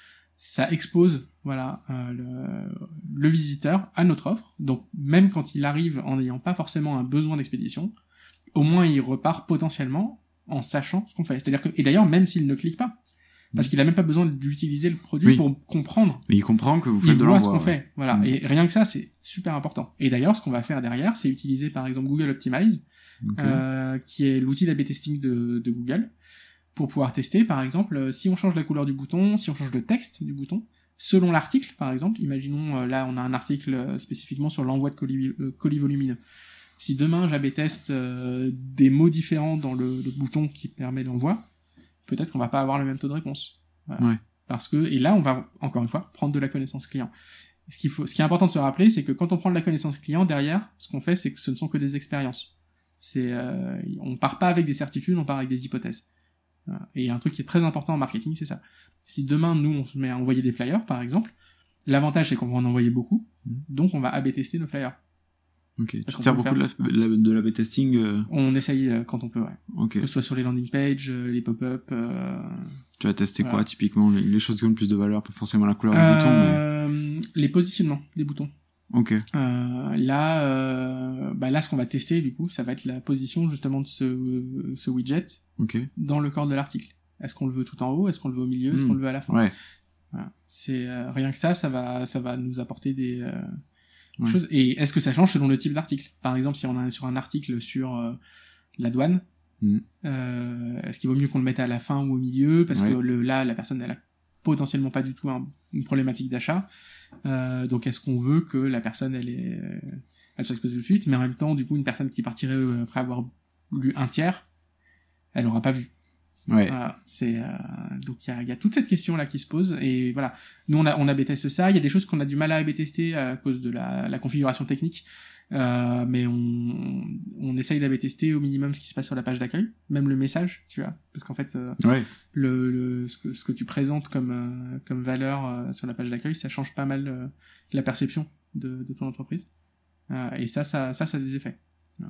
ça expose, voilà, euh, le, le visiteur à notre offre. Donc même quand il arrive en n'ayant pas forcément un besoin d'expédition, au moins il repart potentiellement en sachant ce qu'on fait. C'est-à-dire que, et d'ailleurs même s'il ne clique pas. Parce qu'il a même pas besoin d'utiliser le produit oui. pour comprendre. Mais il comprend que vous faites il de l'envoi. Il voit ce qu'on ouais. fait. Voilà. Mmh. Et rien que ça, c'est super important. Et d'ailleurs, ce qu'on va faire derrière, c'est utiliser par exemple Google Optimize, okay. euh, qui est l'outil d'A B testing de, de Google, pour pouvoir tester, par exemple, si on change la couleur du bouton, si on change le texte du bouton, selon l'article, par exemple. Imaginons, euh, là, on a un article euh, spécifiquement sur l'envoi de colis, euh, colis volumineux. Si demain, j'A B teste euh, des mots différents dans le, le bouton qui permet l'envoi, peut-être qu'on va pas avoir le même taux de réponse. Voilà. Ouais. Parce que, et là, on va, encore une fois, prendre de la connaissance client. Ce qu'il faut, ce qui est important de se rappeler, c'est que quand on prend de la connaissance client, derrière, ce qu'on fait, c'est que ce ne sont que des expériences. C'est, euh, on part pas avec des certitudes, on part avec des hypothèses. Voilà. Et un truc qui est très important en marketing, c'est ça. Si demain, nous, on se met à envoyer des flyers, par exemple, l'avantage, c'est qu'on va en envoyer beaucoup, mmh. donc on va A B tester nos flyers. Ok. Tu sers beaucoup faire... de, la, de l'A B testing euh... On essaye euh, quand on peut, ouais. Okay. Que ce soit sur les landing pages, euh, les pop-up. Euh... Tu vas tester voilà. quoi, typiquement, les, les choses qui ont le plus de valeur, pas forcément la couleur euh, du bouton, mais... Les positionnements des boutons. Ok. Euh, là, euh, bah là, ce qu'on va tester, du coup, ça va être la position, justement, de ce, ce widget okay. dans le corps de l'article. Est-ce qu'on le veut tout en haut? Est-ce qu'on le veut au milieu? Est-ce mmh. qu'on le veut à la fin? Ouais. Voilà. C'est, euh, rien que ça, ça va, ça va nous apporter des, euh, Ouais. Chose. Et est-ce que ça change selon le type d'article? Par exemple, si on est sur un article sur euh, la douane, mmh. euh, est-ce qu'il vaut mieux qu'on le mette à la fin ou au milieu? Parce ouais. que le, là, la personne, elle a potentiellement pas du tout un, une problématique d'achat. Euh, donc, est-ce qu'on veut que la personne, elle est, elle soit exposée tout de suite? Mais en même temps, du coup, une personne qui partirait euh, après avoir lu un tiers, elle n'aura pas vu. Ouais. Voilà, c'est euh, donc il y a, y a toute cette question là qui se pose et voilà. Nous on a on A B teste ça. Il y a des choses qu'on a du mal à A B tester à cause de la, la configuration technique, euh, mais on on essaye d'A B tester au minimum ce qui se passe sur la page d'accueil, même le message, tu vois, parce qu'en fait euh, ouais. le, le ce que ce que tu présentes comme euh, comme valeur euh, sur la page d'accueil, ça change pas mal euh, la perception de de ton entreprise euh, et ça ça ça ça a des effets. Voilà.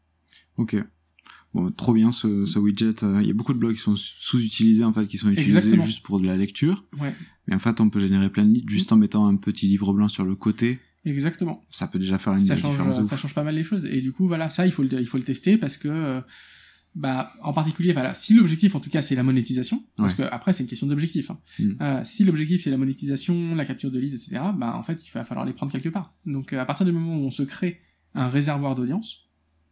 Ok. Bon, trop bien ce, ce widget. Il y a beaucoup de blogs qui sont sous-utilisés en fait, qui sont utilisés Exactement. juste pour de la lecture. Ouais. Mais en fait, on peut générer plein de leads juste en mettant un petit livre blanc sur le côté. Exactement. Ça peut déjà faire une ça différence. Change, ça change pas mal les choses. Et du coup, voilà, ça, il faut le, il faut le tester parce que, euh, bah, en particulier, voilà, si l'objectif, en tout cas, c'est la monétisation, parce ouais. que après, c'est une question d'objectif. Hein. Mm. Euh, si l'objectif c'est la monétisation, la capture de leads, et cetera, bah, en fait, il va falloir les prendre quelque part. Donc, euh, à partir du moment où on se crée un réservoir d'audience,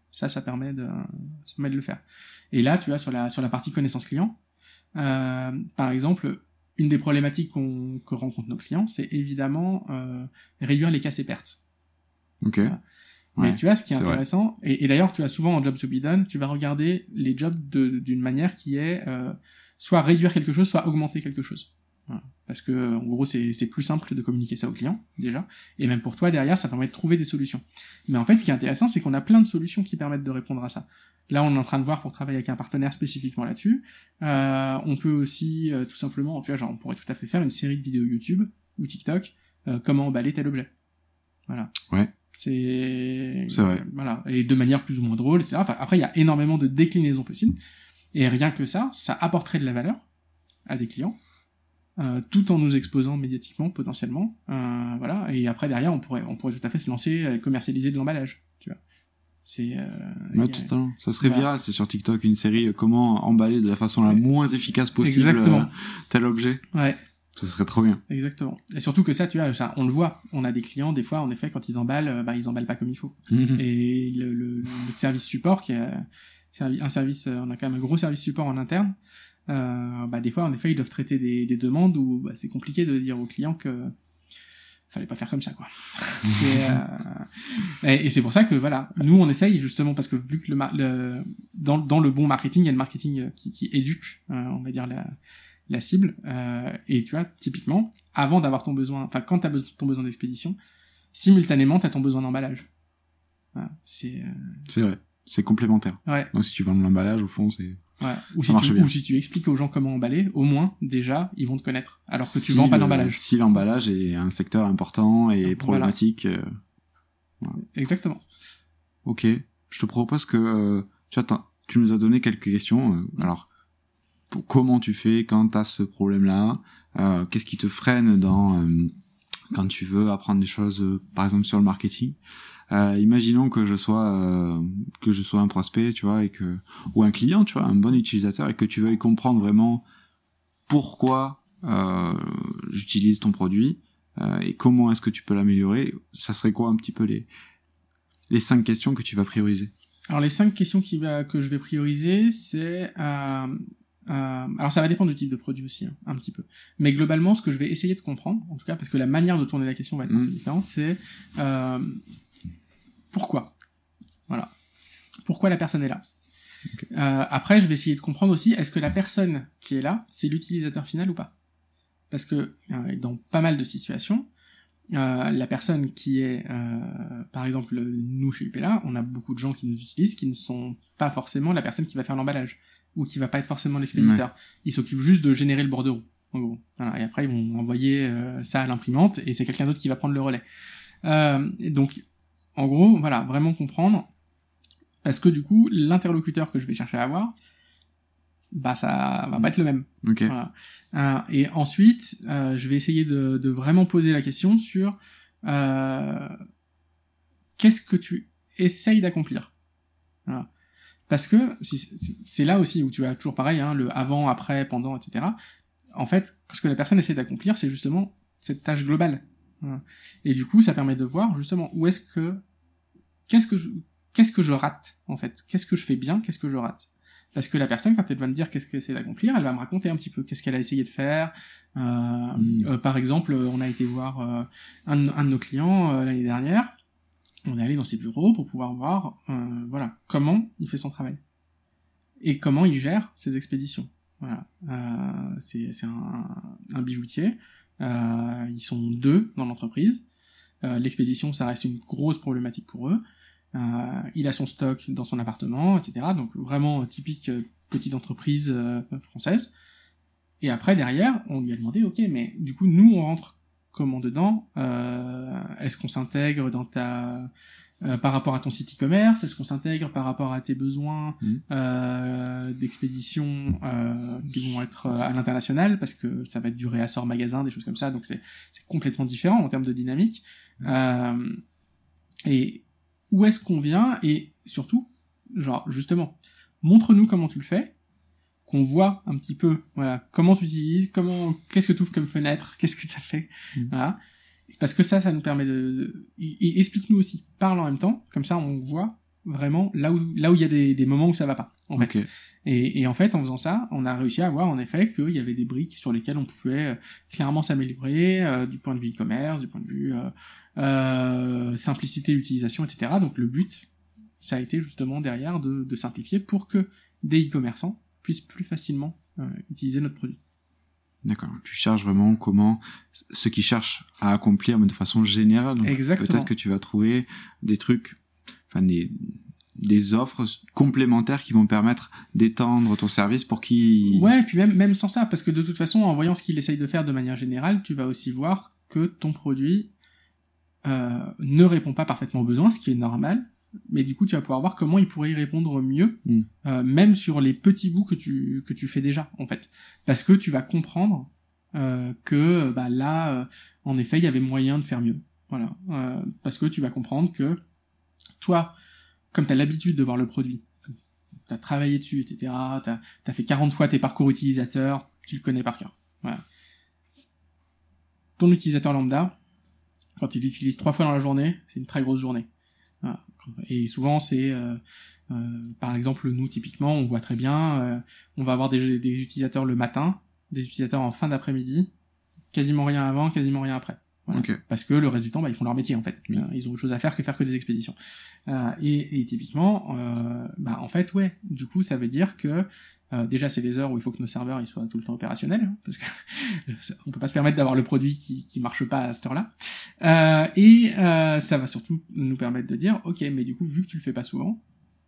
Ça, ça permet de, ça permet de le faire. Et là, tu vois, sur la, sur la partie connaissance client, euh, par exemple, une des problématiques qu'on, que rencontrent nos clients, c'est évidemment euh, réduire les casses et pertes. Ok. Voilà. Mais Ouais, tu vois, ce qui est, c'est intéressant, et, et d'ailleurs, tu vois, souvent en Jobs to be done, tu vas regarder les jobs de, d'une manière qui est euh, soit réduire quelque chose, soit augmenter quelque chose. Voilà. Parce que, en gros, c'est, c'est plus simple de communiquer ça au client, déjà. Et même pour toi, derrière, ça permet de trouver des solutions. Mais en fait, ce qui est intéressant, c'est qu'on a plein de solutions qui permettent de répondre à ça. Là, on est en train de voir pour travailler avec un partenaire spécifiquement là-dessus. Euh, on peut aussi, euh, tout simplement, tu vois, genre, on pourrait tout à fait faire une série de vidéos YouTube ou TikTok, euh, comment emballer tel objet. Voilà. Ouais. C'est... C'est vrai. Voilà. Et de manière plus ou moins drôle, et cetera. Enfin, après, il y a énormément de déclinaisons possibles. Et rien que ça, ça apporterait de la valeur à des clients, euh, tout en nous exposant médiatiquement, potentiellement. Euh, voilà. Et après, derrière, on pourrait, on pourrait tout à fait se lancer et commercialiser de l'emballage. Tu vois. C'est, euh, Ouais, a... totalement. Ça serait voilà. viral, c'est sur TikTok, une série, euh, comment emballer de la façon la moins efficace possible Exactement. euh, tel objet. Ouais. Ça serait trop bien. Exactement. Et surtout que ça, tu vois, ça, on le voit. On a des clients, des fois, en effet, quand ils emballent, euh, bah, ils emballent pas comme il faut. Mhm. Et le, le, le service support, qui est un service, on a quand même un gros service support en interne, euh, bah, des fois, en effet, ils doivent traiter des, des demandes où bah, c'est compliqué de dire aux clients que fallait pas faire comme ça, quoi. c'est, euh... et, et c'est pour ça que, voilà, nous, on essaye, justement, parce que vu que le, mar- le dans, dans le bon marketing, il y a le marketing qui, qui éduque, euh, on va dire, la la cible, euh, et tu vois, typiquement, avant d'avoir ton besoin, enfin, quand t'as besoin, ton besoin d'expédition, simultanément, t'as ton besoin d'emballage. Voilà, c'est... Euh... C'est vrai, c'est complémentaire. Ouais. Donc si tu vends de l'emballage, au fond, c'est... Ouais. Ou, ça si tu, bien. ou si tu expliques aux gens comment emballer, au moins, déjà, ils vont te connaître. Alors que tu si vends pas le, d'emballage. Si l'emballage est un secteur important et voilà. problématique... Euh... Voilà. Exactement. Ok, je te propose que... Euh, tu vois, tu nous as donné quelques questions. Euh, alors... Comment tu fais quand tu as ce problème-là, euh, qu'est-ce qui te freine dans euh, quand tu veux apprendre des choses, euh, par exemple sur le marketing. Euh, imaginons que je sois euh, que je sois un prospect, tu vois, et que ou un client, tu vois, un bon utilisateur, et que tu veuilles comprendre vraiment pourquoi euh, j'utilise ton produit euh, et comment est-ce que tu peux l'améliorer. Ça serait quoi un petit peu les les cinq questions que tu vas prioriser? Alors les cinq questions qui va, que je vais prioriser, c'est euh, Euh, alors ça va dépendre du type de produit aussi, hein, un petit peu. Mais globalement, ce que je vais essayer de comprendre, en tout cas, parce que la manière de tourner la question va être mmh. un peu différente, c'est euh, pourquoi. Voilà. Pourquoi la personne est là. Okay. Euh, après, je vais essayer de comprendre aussi, est-ce que la personne qui est là, c'est l'utilisateur final ou pas. Parce que euh, dans pas mal de situations, euh, la personne qui est, euh, par exemple, nous chez Upella, on a beaucoup de gens qui nous utilisent qui ne sont pas forcément la personne qui va faire l'emballage. Ou qui va pas être forcément l'expéditeur. Ouais. Ils s'occupent juste de générer le bordereau, en gros. Voilà. Et après, ils vont envoyer euh, ça à l'imprimante, et c'est quelqu'un d'autre qui va prendre le relais. Euh, et donc, en gros, voilà, vraiment comprendre, parce que du coup, l'interlocuteur que je vais chercher à avoir, bah ça va pas être le même. Okay. Voilà. Euh, et ensuite, euh, je vais essayer de, de vraiment poser la question sur euh, qu'est-ce que tu essayes d'accomplir. Voilà. Parce que c'est là aussi où tu as toujours pareil, hein, le avant, après, pendant, et cetera. En fait, ce que la personne essaie d'accomplir, c'est justement cette tâche globale. Voilà. Et du coup, ça permet de voir justement où est-ce que, qu'est-ce que je, qu'est-ce que je rate, en fait. Qu'est-ce que je fais bien, qu'est-ce que je rate. Parce que la personne, quand elle va me dire qu'est-ce qu'elle essaie d'accomplir, elle va me raconter un petit peu qu'est-ce qu'elle a essayé de faire. Euh, mmh. euh, par exemple, on a été voir euh, un, un de nos clients euh, l'année dernière. On est allé dans ses bureaux pour pouvoir voir, euh, voilà, comment il fait son travail et comment il gère ses expéditions. Voilà, euh, c'est c'est un, un bijoutier. Euh, ils sont deux dans l'entreprise. Euh, l'expédition, ça reste une grosse problématique pour eux. Euh, il a son stock dans son appartement, et cetera. Donc vraiment typique euh, petite entreprise euh, française. Et après derrière, on lui a demandé, ok, mais du coup nous on rentre comment dedans, euh, est-ce qu'on s'intègre dans ta euh, par rapport à ton site e-commerce, est-ce qu'on s'intègre par rapport à tes besoins mmh. euh, d'expédition euh, qui vont être à l'international, parce que ça va être du réassort magasin, des choses comme ça, donc c'est c'est complètement différent en termes de dynamique. Mmh. Euh, et où est-ce qu'on vient, et surtout, genre justement, montre-nous comment tu le fais, qu'on voit un petit peu, voilà, comment tu utilises, comment, qu'est-ce que tu ouvres comme fenêtre, qu'est-ce que tu as fait, mmh. voilà. Parce que ça, ça nous permet de, de... Et, et explique-nous aussi, parle en même temps, comme ça on voit vraiment là où là où il y a des, des moments où ça va pas en fait. Okay. Et, et en fait en faisant ça on a réussi à voir en effet qu'il y avait des briques sur lesquelles on pouvait euh, clairement s'améliorer euh, du point de vue e-commerce, du point de vue euh, euh, simplicité d'utilisation, etc. Donc le but ça a été justement derrière de, de simplifier pour que des e-commerçants puissent plus facilement euh, utiliser notre produit. D'accord. Tu cherches vraiment comment ceux qui cherchent à accomplir mais de façon générale. Donc Exactement. peut-être que tu vas trouver des trucs, enfin des des offres complémentaires qui vont permettre d'étendre ton service pour qui. Ouais, et puis même même sans ça, parce que de toute façon, en voyant ce qu'il essaye de faire de manière générale, tu vas aussi voir que ton produit euh, ne répond pas parfaitement aux besoins, ce qui est normal. Mais du coup, tu vas pouvoir voir comment il pourrait y répondre mieux, mm. euh, même sur les petits bouts que tu que tu fais déjà, en fait, parce que tu vas comprendre euh, que bah là, euh, en effet, il y avait moyen de faire mieux. Voilà, euh, parce que tu vas comprendre que toi, comme t'as l'habitude de voir le produit, t'as travaillé dessus, et cetera, t'as t'as fait quarante fois tes parcours utilisateurs, tu le connais par cœur. Voilà. Ton utilisateur lambda, quand tu l'utilises trois fois dans la journée, c'est une très grosse journée. Voilà. Et souvent c'est euh, euh, par exemple nous typiquement on voit très bien euh, on va avoir des, des utilisateurs le matin, des utilisateurs en fin d'après-midi, quasiment rien avant, quasiment rien après. Voilà. Okay. Parce que le reste du temps bah, ils font leur métier en fait. Oui. Euh, ils ont autre chose à faire que faire que des expéditions. Euh, et, et typiquement euh, bah en fait ouais du coup ça veut dire que Euh, déjà c'est des heures où il faut que nos serveurs ils soient tout le temps opérationnels hein, parce que on peut pas se permettre d'avoir le produit qui qui marche pas à cette heure-là euh, et euh, ça va surtout nous permettre de dire ok mais du coup vu que tu le fais pas souvent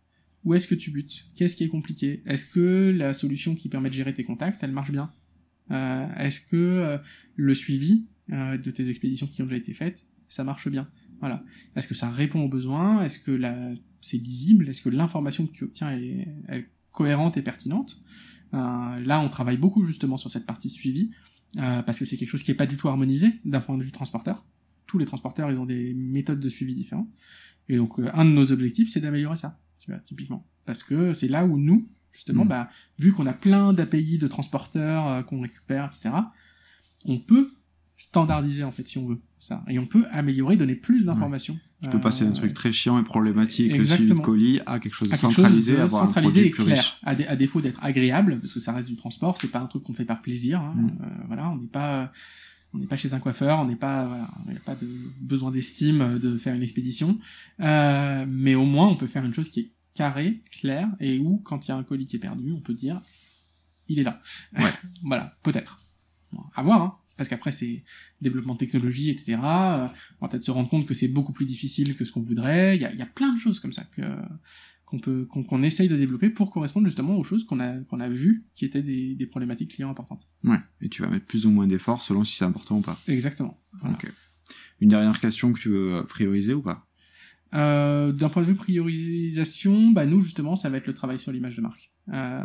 où est-ce que tu butes, qu'est-ce qui est compliqué, est-ce que la solution qui permet de gérer tes contacts elle marche bien, euh, est-ce que euh, le suivi euh, de tes expéditions qui ont déjà été faites ça marche bien, voilà, est-ce que ça répond aux besoins, est-ce que la c'est lisible, est-ce que l'information que tu obtiens est, elle cohérente et pertinente. Euh, là, on travaille beaucoup justement sur cette partie suivi, euh, parce que c'est quelque chose qui est pas du tout harmonisé d'un point de vue transporteur. Tous les transporteurs, ils ont des méthodes de suivi différentes. Et donc, euh, un de nos objectifs, c'est d'améliorer ça, tu vois, typiquement. Parce que c'est là où nous, justement, mmh. bah, vu qu'on a plein d'A P I de transporteurs euh, qu'on récupère, et cetera, on peut standardiser, en fait, si on veut, ça. Et on peut améliorer, donner plus d'informations. Ouais. Tu peux euh, passer d'un truc très chiant et problématique, exactement. le suivi de colis, à quelque chose de à quelque centralisé, chose de avoir centralisé un produit et plus clair, riche. à, dé- à défaut d'être agréable, parce que ça reste du transport, c'est pas un truc qu'on fait par plaisir, hein, Mm. euh, voilà, on n'est pas, on n'est pas chez un coiffeur, on n'est pas, voilà, il n'y a pas de besoin d'estime de faire une expédition, euh, mais au moins on peut faire une chose qui est carrée, claire, et où quand il y a un colis qui est perdu, on peut dire, il est là. Ouais. Voilà, peut-être. Bon, à voir, hein. Parce qu'après c'est développement de technologie, et cetera. Euh, on va peut-être se rendre compte que c'est beaucoup plus difficile que ce qu'on voudrait. Il y a, il y a plein de choses comme ça que qu'on peut qu'on, qu'on essaye de développer pour correspondre justement aux choses qu'on a qu'on a vues qui étaient des, des problématiques clients importantes. Ouais. Et tu vas mettre plus ou moins d'efforts selon si c'est important ou pas. Exactement. Voilà. Okay. Une dernière question que tu veux prioriser ou pas? Euh, d'un point de vue priorisation, bah nous justement ça va être le travail sur l'image de marque. Euh,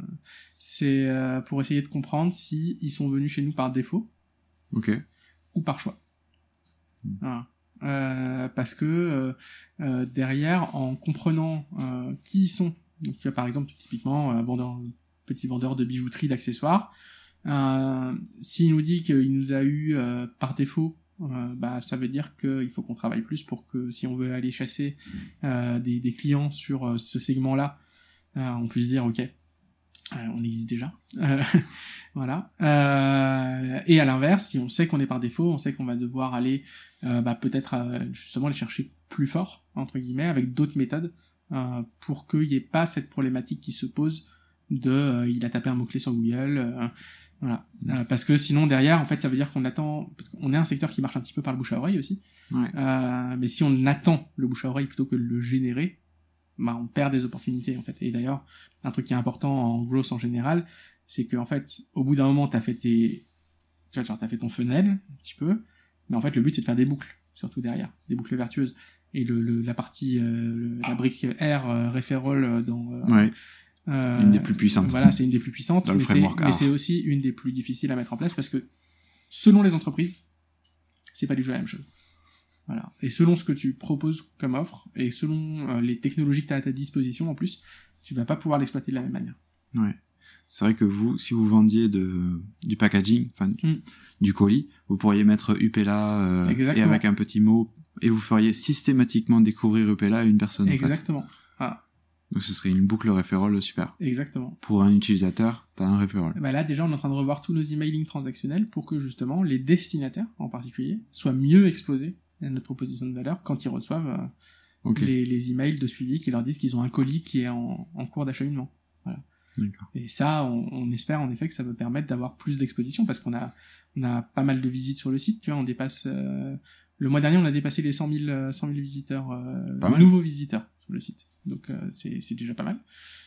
c'est euh, pour essayer de comprendre si ils sont venus chez nous par défaut. Ok. Ou par choix. Mmh. Voilà. Euh, parce que euh, euh, derrière, en comprenant euh, qui ils sont, donc tu as par exemple typiquement un vendeur, petit vendeur de bijouterie, d'accessoires, euh, s'il nous dit qu'il nous a eu euh, par défaut, euh, bah ça veut dire qu'il faut qu'on travaille plus pour que si on veut aller chasser euh, des, des clients sur euh, ce segment-là, euh, on puisse dire ok. Euh, on existe déjà, euh, voilà. Euh, et à l'inverse, si on sait qu'on est par défaut, on sait qu'on va devoir aller, euh, bah, peut-être euh, justement les chercher plus fort entre guillemets avec d'autres méthodes euh, pour qu'il n'y ait pas cette problématique qui se pose de, euh, il a tapé un mot clé sur Google, euh, voilà. Euh, parce que sinon derrière, en fait, ça veut dire qu'on attend, parce qu'on est un secteur qui marche un petit peu par le bouche à oreille aussi. Ouais. Euh, mais si on attend le bouche à oreille plutôt que de le générer, bah on perd des opportunités en fait. Et d'ailleurs, un truc qui est important en growth en général, c'est que en fait, au bout d'un moment, t'as fait tes, tu vois, genre t'as fait ton funnel un petit peu, mais en fait, le but c'est de faire des boucles, surtout derrière, des boucles vertueuses. Et le, le la partie, euh, le, la brique R euh, referral dans, euh, ouais. euh, une des plus puissantes. Voilà, c'est une des plus puissantes, dans le mais, c'est, mais c'est aussi une des plus difficiles à mettre en place parce que selon les entreprises, c'est pas du tout la même chose. Voilà. Et selon ce que tu proposes comme offre, et selon euh, les technologies que tu as à ta disposition en plus, tu vas pas pouvoir l'exploiter de la même manière. Ouais. C'est vrai que vous, si vous vendiez de, du packaging, enfin, mm. du colis, vous pourriez mettre Upella, euh, et avec un petit mot, Et vous feriez systématiquement découvrir Upella à une personne, Exactement. en fait. Ah. Donc ce serait une boucle referral super. Exactement. Pour un utilisateur, t'as un referral. Bah là, déjà, on est en train de revoir tous nos emailing transactionnels pour que, justement, les destinataires, en particulier, soient mieux exposés à notre proposition de valeur quand ils reçoivent euh, okay. les, les emails de suivi qui leur disent qu'ils ont un colis qui est en, en cours d'acheminement. Voilà. D'accord. Et ça, on, on espère en effet que ça peut permettre d'avoir plus d'exposition parce qu'on a, on a pas mal de visites sur le site. Tu vois, on dépasse... Euh, le mois dernier, on a dépassé les cent mille visiteurs, euh, nouveaux visiteurs sur le site. Donc euh, c'est, c'est déjà pas mal.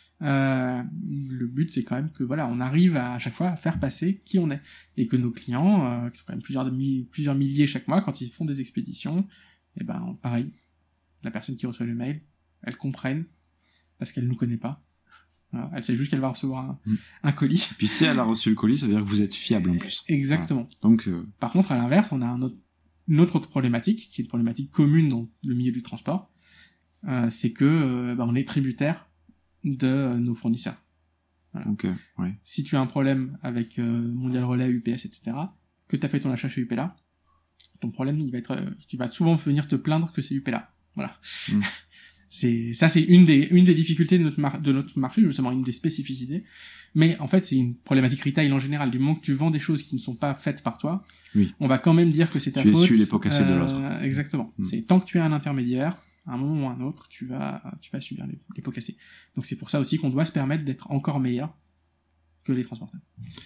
Euh, le but, c'est quand même que voilà, on arrive à, à chaque fois à faire passer qui on est. Et que nos clients, euh, qui sont quand même plusieurs, de mi- plusieurs milliers chaque mois, quand ils font des expéditions, et ben pareil, la personne qui reçoit le mail, elle comprenne, parce qu'elle nous connaît pas. Voilà, elle sait juste qu'elle va recevoir un, mmh. un colis. Et puis si elle a reçu le colis, ça veut dire que vous êtes fiable en plus. Exactement. Voilà. Donc, euh... Par contre, à l'inverse, on a un autre, une autre problématique, qui est une problématique commune dans le milieu du transport, euh, c'est que euh, bah, on est tributaire de euh, nos fournisseurs. Voilà. Okay, ouais. Si tu as un problème avec euh, Mondial Relais, U P S, et cetera, que tu as fait ton achat chez Upella, ton problème, il va être, euh, tu vas souvent venir te plaindre que c'est Upella. Voilà. Mmh. C'est, ça, c'est une des, une des difficultés de notre, mar- de notre marché, justement, une des spécificités. Mais, en fait, c'est une problématique retail en général. Du moment que tu vends des choses qui ne sont pas faites par toi, oui. on va quand même dire que c'est ta tu faute. Tu essuies les pots cassés euh, de l'autre. Exactement. Mmh. C'est tant que tu as un intermédiaire, à un moment ou à un autre, tu vas, tu vas subir les, les pots cassés. Donc, c'est pour ça aussi qu'on doit se permettre d'être encore meilleur que les transporteurs.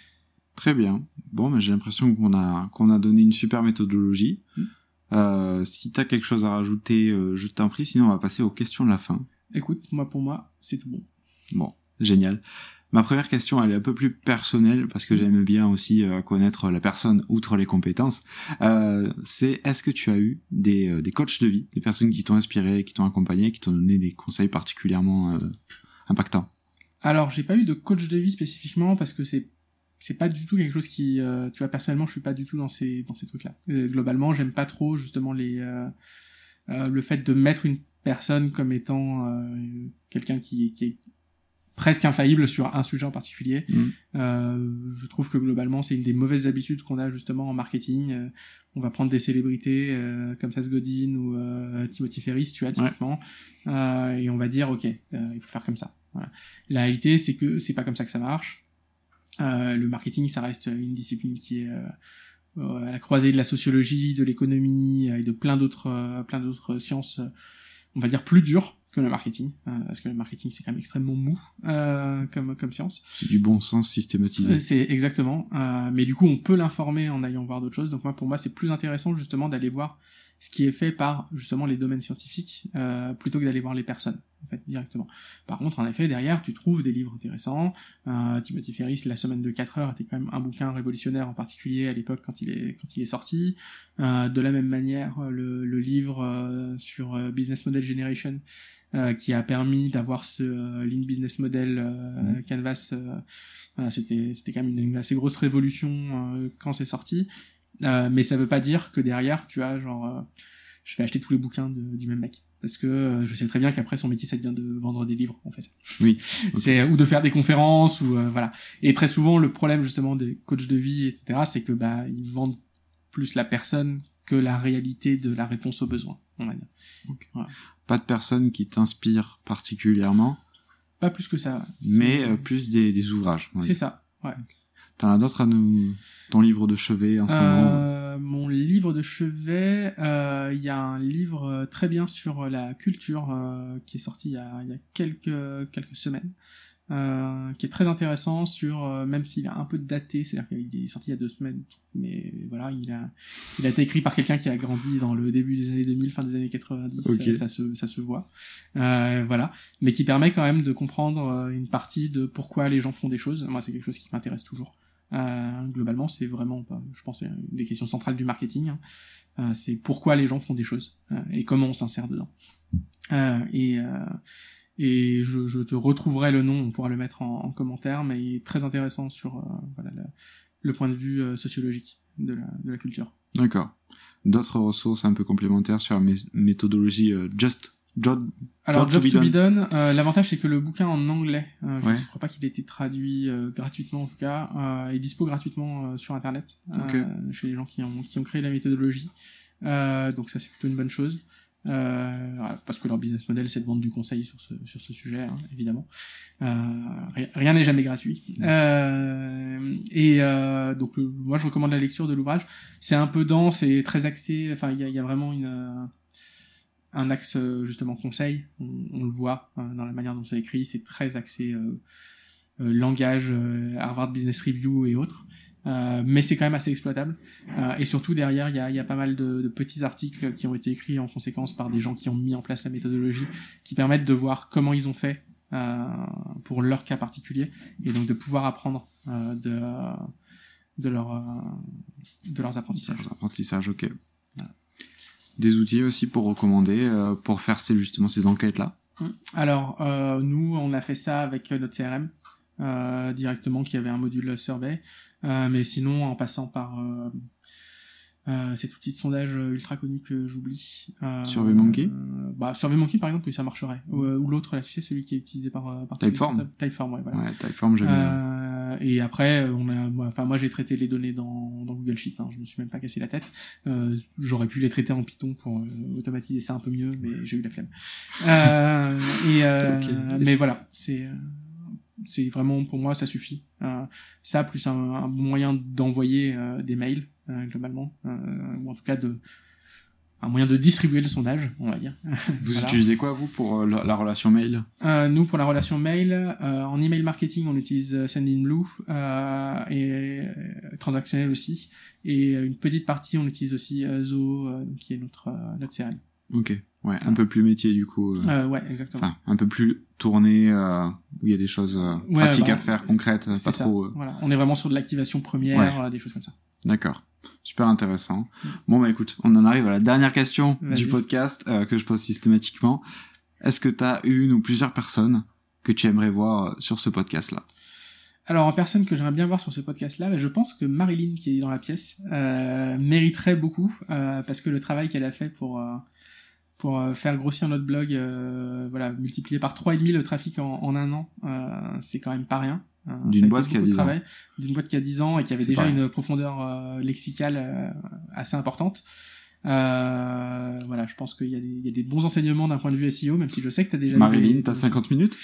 Très bien. Bon, mais j'ai l'impression qu'on a, qu'on a donné une super méthodologie. Mmh. Euh, si t'as quelque chose à rajouter, euh, je t'en prie, sinon on va passer aux questions de la fin. Écoute, moi pour moi, c'est tout bon. Bon, génial. Ma première question, elle est un peu plus personnelle, parce que j'aime bien aussi euh, connaître la personne outre les compétences. Euh, c'est, est-ce que tu as eu des, euh, des coachs de vie, des personnes qui t'ont inspiré, qui t'ont accompagné, qui t'ont donné des conseils particulièrement euh, impactants? Alors, j'ai pas eu de coach de vie spécifiquement, parce que c'est c'est pas du tout quelque chose qui euh, tu vois, personnellement je suis pas du tout dans ces dans ces trucs là. Euh, globalement, j'aime pas trop justement les euh, euh, le fait de mettre une personne comme étant euh, quelqu'un qui qui est presque infaillible sur un sujet en particulier. Mmh. Euh, je trouve que globalement c'est une des mauvaises habitudes qu'on a justement en marketing. Euh, on va prendre des célébrités euh, comme Seth Godin ou euh, Timothy Ferris, tu vois, typiquement, ouais. euh, et on va dire ok, euh, il faut faire comme ça. Voilà. La réalité c'est que c'est pas comme ça que ça marche. Euh, le marketing, ça reste une discipline qui est euh, à la croisée de la sociologie, de l'économie et de plein d'autres, euh, plein d'autres sciences, euh, on va dire plus dures que le marketing, euh, parce que le marketing c'est quand même extrêmement mou euh, comme comme science. C'est du bon sens systématisé. C'est exactement. Euh, mais du coup, on peut l'informer en allant voir d'autres choses. Donc moi, pour moi, c'est plus intéressant justement d'aller voir ce qui est fait par justement les domaines scientifiques euh, plutôt que d'aller voir les personnes en fait directement. Par contre, en effet, derrière, tu trouves des livres intéressants. Euh, Timothy Ferris, La semaine de quatre heures, était quand même un bouquin révolutionnaire en particulier à l'époque quand il est quand il est sorti. Euh, de la même manière, le, le livre euh, sur euh, Business Model Generation euh, qui a permis d'avoir ce euh, Lean Business Model euh, mmh. Canvas. Euh, voilà, c'était c'était quand même une, une assez grosse révolution euh, quand c'est sorti. Euh, mais ça veut pas dire que derrière, tu vois, genre, euh, je vais acheter tous les bouquins de, du même mec. Parce que euh, je sais très bien qu'après, son métier, ça devient de vendre des livres, en fait. Oui. Okay. C'est, ou de faire des conférences, ou euh, voilà. Et très souvent, le problème, justement, des coachs de vie, et cetera, c'est que, bah, ils vendent plus la personne que la réalité de la réponse aux besoins, on va dire. Okay. Voilà. Pas de personne qui t'inspire particulièrement. Pas plus que ça. Mais euh, plus des, des ouvrages. C'est ça, ouais. Okay. T'en as d'autres à nous... Ton livre de chevet en ce euh, moment? Mon livre de chevet, il euh, y a un livre très bien sur la culture euh, qui est sorti il y a, y a quelques quelques semaines, euh, qui est très intéressant sur, euh, même s'il est un peu daté, c'est-à-dire qu'il est sorti il y a deux semaines, mais voilà, il a il a été écrit par quelqu'un qui a grandi dans le début des années deux mille, fin des années quatre-vingt-dix, okay. ça se ça se voit, euh, voilà, mais qui permet quand même de comprendre une partie de pourquoi les gens font des choses. Moi, c'est quelque chose qui m'intéresse toujours. Euh, globalement, c'est vraiment, je pense, une des questions centrales du marketing. Hein. Euh, c'est pourquoi les gens font des choses euh, et comment on s'insère dedans. Euh, et euh, et je, je te retrouverai le nom, on pourra le mettre en, en commentaire, mais il est très intéressant sur euh, voilà, le, le point de vue euh, sociologique de la, de la culture. D'accord. D'autres ressources un peu complémentaires sur la mé- méthodologie euh, Just Job, Alors, Job Jobs to be done, euh, l'avantage c'est que le bouquin en anglais, euh, je ne ouais. crois pas qu'il ait été traduit euh, gratuitement en tout cas, euh, est dispo gratuitement euh, sur internet, euh, okay. chez les gens qui ont, qui ont créé la méthodologie. Euh, donc ça c'est plutôt une bonne chose. Euh, voilà, parce que leur business model c'est de vendre du conseil sur ce sur ce sujet, hein, évidemment. Euh, rien n'est jamais gratuit. Euh, et euh, donc le, moi je recommande la lecture de l'ouvrage. C'est un peu dense et très axé. Enfin il y a, il y a vraiment une euh, un axe justement conseil. On, on le voit euh, dans la manière dont c'est écrit. C'est très axé euh, euh, langage, euh, Harvard Business Review et autres. Euh, mais c'est quand même assez exploitable, euh, et surtout derrière il y a, y a pas mal de, de petits articles qui ont été écrits en conséquence par des gens qui ont mis en place la méthodologie, qui permettent de voir comment ils ont fait euh, pour leur cas particulier, et donc de pouvoir apprendre euh, de de leur euh, de leurs apprentissages. Leurs apprentissages, ok. Voilà. Des outils aussi pour recommander euh, pour faire ces justement ces enquêtes là. Alors euh, nous on a fait ça avec notre C R M. Euh, directement, qui avait un module survey, euh, mais sinon en passant par euh, euh, cet outil de sondage ultra connu que j'oublie. Euh, SurveyMonkey. euh, Bah SurveyMonkey par exemple, oui, ça marcherait. Ou, ou l'autre là, tu sais, celui qui est utilisé par par Typeform. Typeform, ouais, voilà. Ouais, Typeform, j'aime euh, bien. Et après, on a, enfin moi j'ai traité les données dans, dans Google Sheets. Hein, je me suis même pas cassé la tête. Euh, j'aurais pu les traiter en Python pour euh, automatiser ça un peu mieux, mais j'ai eu la flemme. Euh, et euh, okay. Mais voilà, c'est c'est vraiment, pour moi, ça suffit. Euh, ça, plus un, un bon moyen d'envoyer euh, des mails, euh, globalement, euh, ou en tout cas de un moyen de distribuer le sondage, on va dire. Vous Voilà. utilisez quoi, vous, pour euh, la, la relation mail? euh, Nous, pour la relation mail, euh, en email marketing, on utilise Sendinblue, euh, et euh, transactionnel aussi. Et une petite partie, on utilise aussi euh, Zoho, euh, qui est notre, euh, notre C R M. Ok, ouais, un peu plus métier du coup. Euh, euh, ouais, exactement. Enfin, un peu plus tourné, euh, où il y a des choses euh, ouais, pratiques bah, à faire, concrètes, pas ça. trop. Euh... Voilà, on est vraiment sur de l'activation première, ouais. euh, des choses comme ça. D'accord, super intéressant. Mm. Bon bah écoute, on en arrive à la dernière question Vas-y. du podcast euh, que je pose systématiquement. Est-ce que t'as une ou plusieurs personnes que tu aimerais voir sur ce podcast-là? Alors, en personne que j'aimerais bien voir sur ce podcast-là, je pense que Marilyn, qui est dans la pièce, euh, mériterait beaucoup, euh, parce que le travail qu'elle a fait pour euh, pour euh, faire grossir notre blog, euh, voilà, multiplier par trois et demi le trafic en, en un an, euh, c'est quand même pas rien. Euh, D'une boîte qui a dix ans. D'une boîte qui a dix ans et qui avait c'est déjà une profondeur euh, lexicale euh, assez importante. Euh, voilà, je pense qu'il y a des, il y a des bons enseignements d'un point de vue S E O, même si je sais que t'as déjà Marilyn, eu des... t'as cinquante minutes.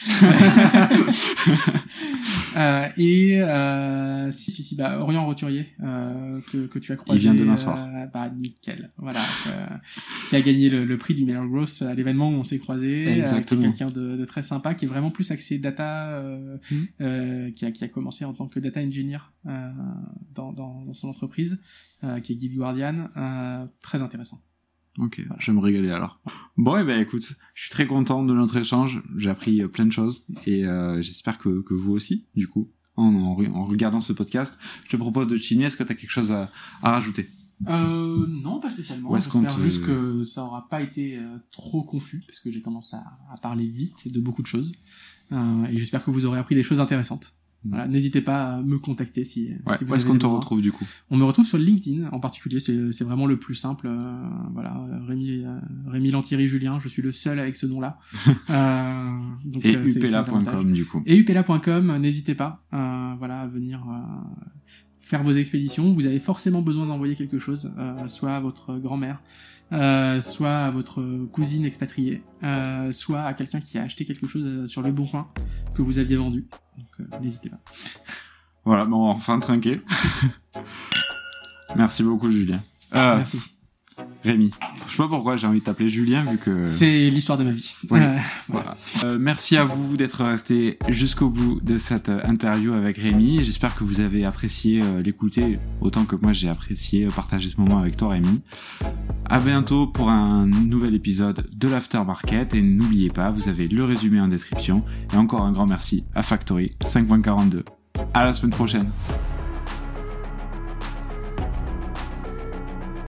euh, et euh, si si si bah Orient Roturier, euh, que que tu as croisé. Il vient demain soir. Euh, bah nickel, voilà, euh, qui a gagné le, le prix du meilleur growth à l'événement où on s'est croisé. Exactement. Euh, quelqu'un de, de très sympa, qui est vraiment plus axé data, euh, mmh. euh, qui a qui a commencé en tant que data engineer euh, dans, dans dans son entreprise. Euh, qui est Guide Guardian, euh, très intéressant. Ok, voilà. Je vais me régaler alors. Bon, et eh ben écoute, je suis très content de notre échange, j'ai appris euh, plein de choses, et euh, j'espère que, que vous aussi, du coup, en, en, en regardant ce podcast. Je te propose de chiner, est-ce que tu as quelque chose à, à rajouter? Euh, non, pas spécialement. J'espère te... juste que ça aura pas été euh, trop confus, parce que j'ai tendance à, à parler vite de beaucoup de choses, euh, et j'espère que vous aurez appris des choses intéressantes. Voilà, n'hésitez pas à me contacter si, ouais, si vous où est-ce qu'on te retrouve du coup? On me retrouve sur LinkedIn en particulier, c'est c'est vraiment le plus simple. Euh, voilà, Rémi euh, Rémi Lantieri Julien, je suis le seul avec ce nom-là. euh, donc, et euh, upela point com du coup. Et upela point com, n'hésitez pas, euh, voilà, à venir euh, faire vos expéditions. Vous avez forcément besoin d'envoyer quelque chose, euh, soit à votre grand-mère, euh, soit à votre cousine expatriée, euh, soit à quelqu'un qui a acheté quelque chose sur le Bon Coin que vous aviez vendu. Donc euh, n'hésitez pas. Voilà, bon, enfin trinqué. Merci beaucoup, Julien. Euh, Merci. Rémi. Je sais pas pourquoi j'ai envie de t'appeler Julien, vu que... C'est l'histoire de ma vie. Oui, euh, voilà. Euh, merci à vous d'être resté jusqu'au bout de cette interview avec Rémi. J'espère que vous avez apprécié euh, l'écouter autant que moi j'ai apprécié euh, partager ce moment avec toi, Rémi. À bientôt pour un nouvel épisode de l'Aftermarket, et n'oubliez pas, vous avez le résumé en description, et encore un grand merci à Factory cinq point quarante-deux. À la semaine prochaine.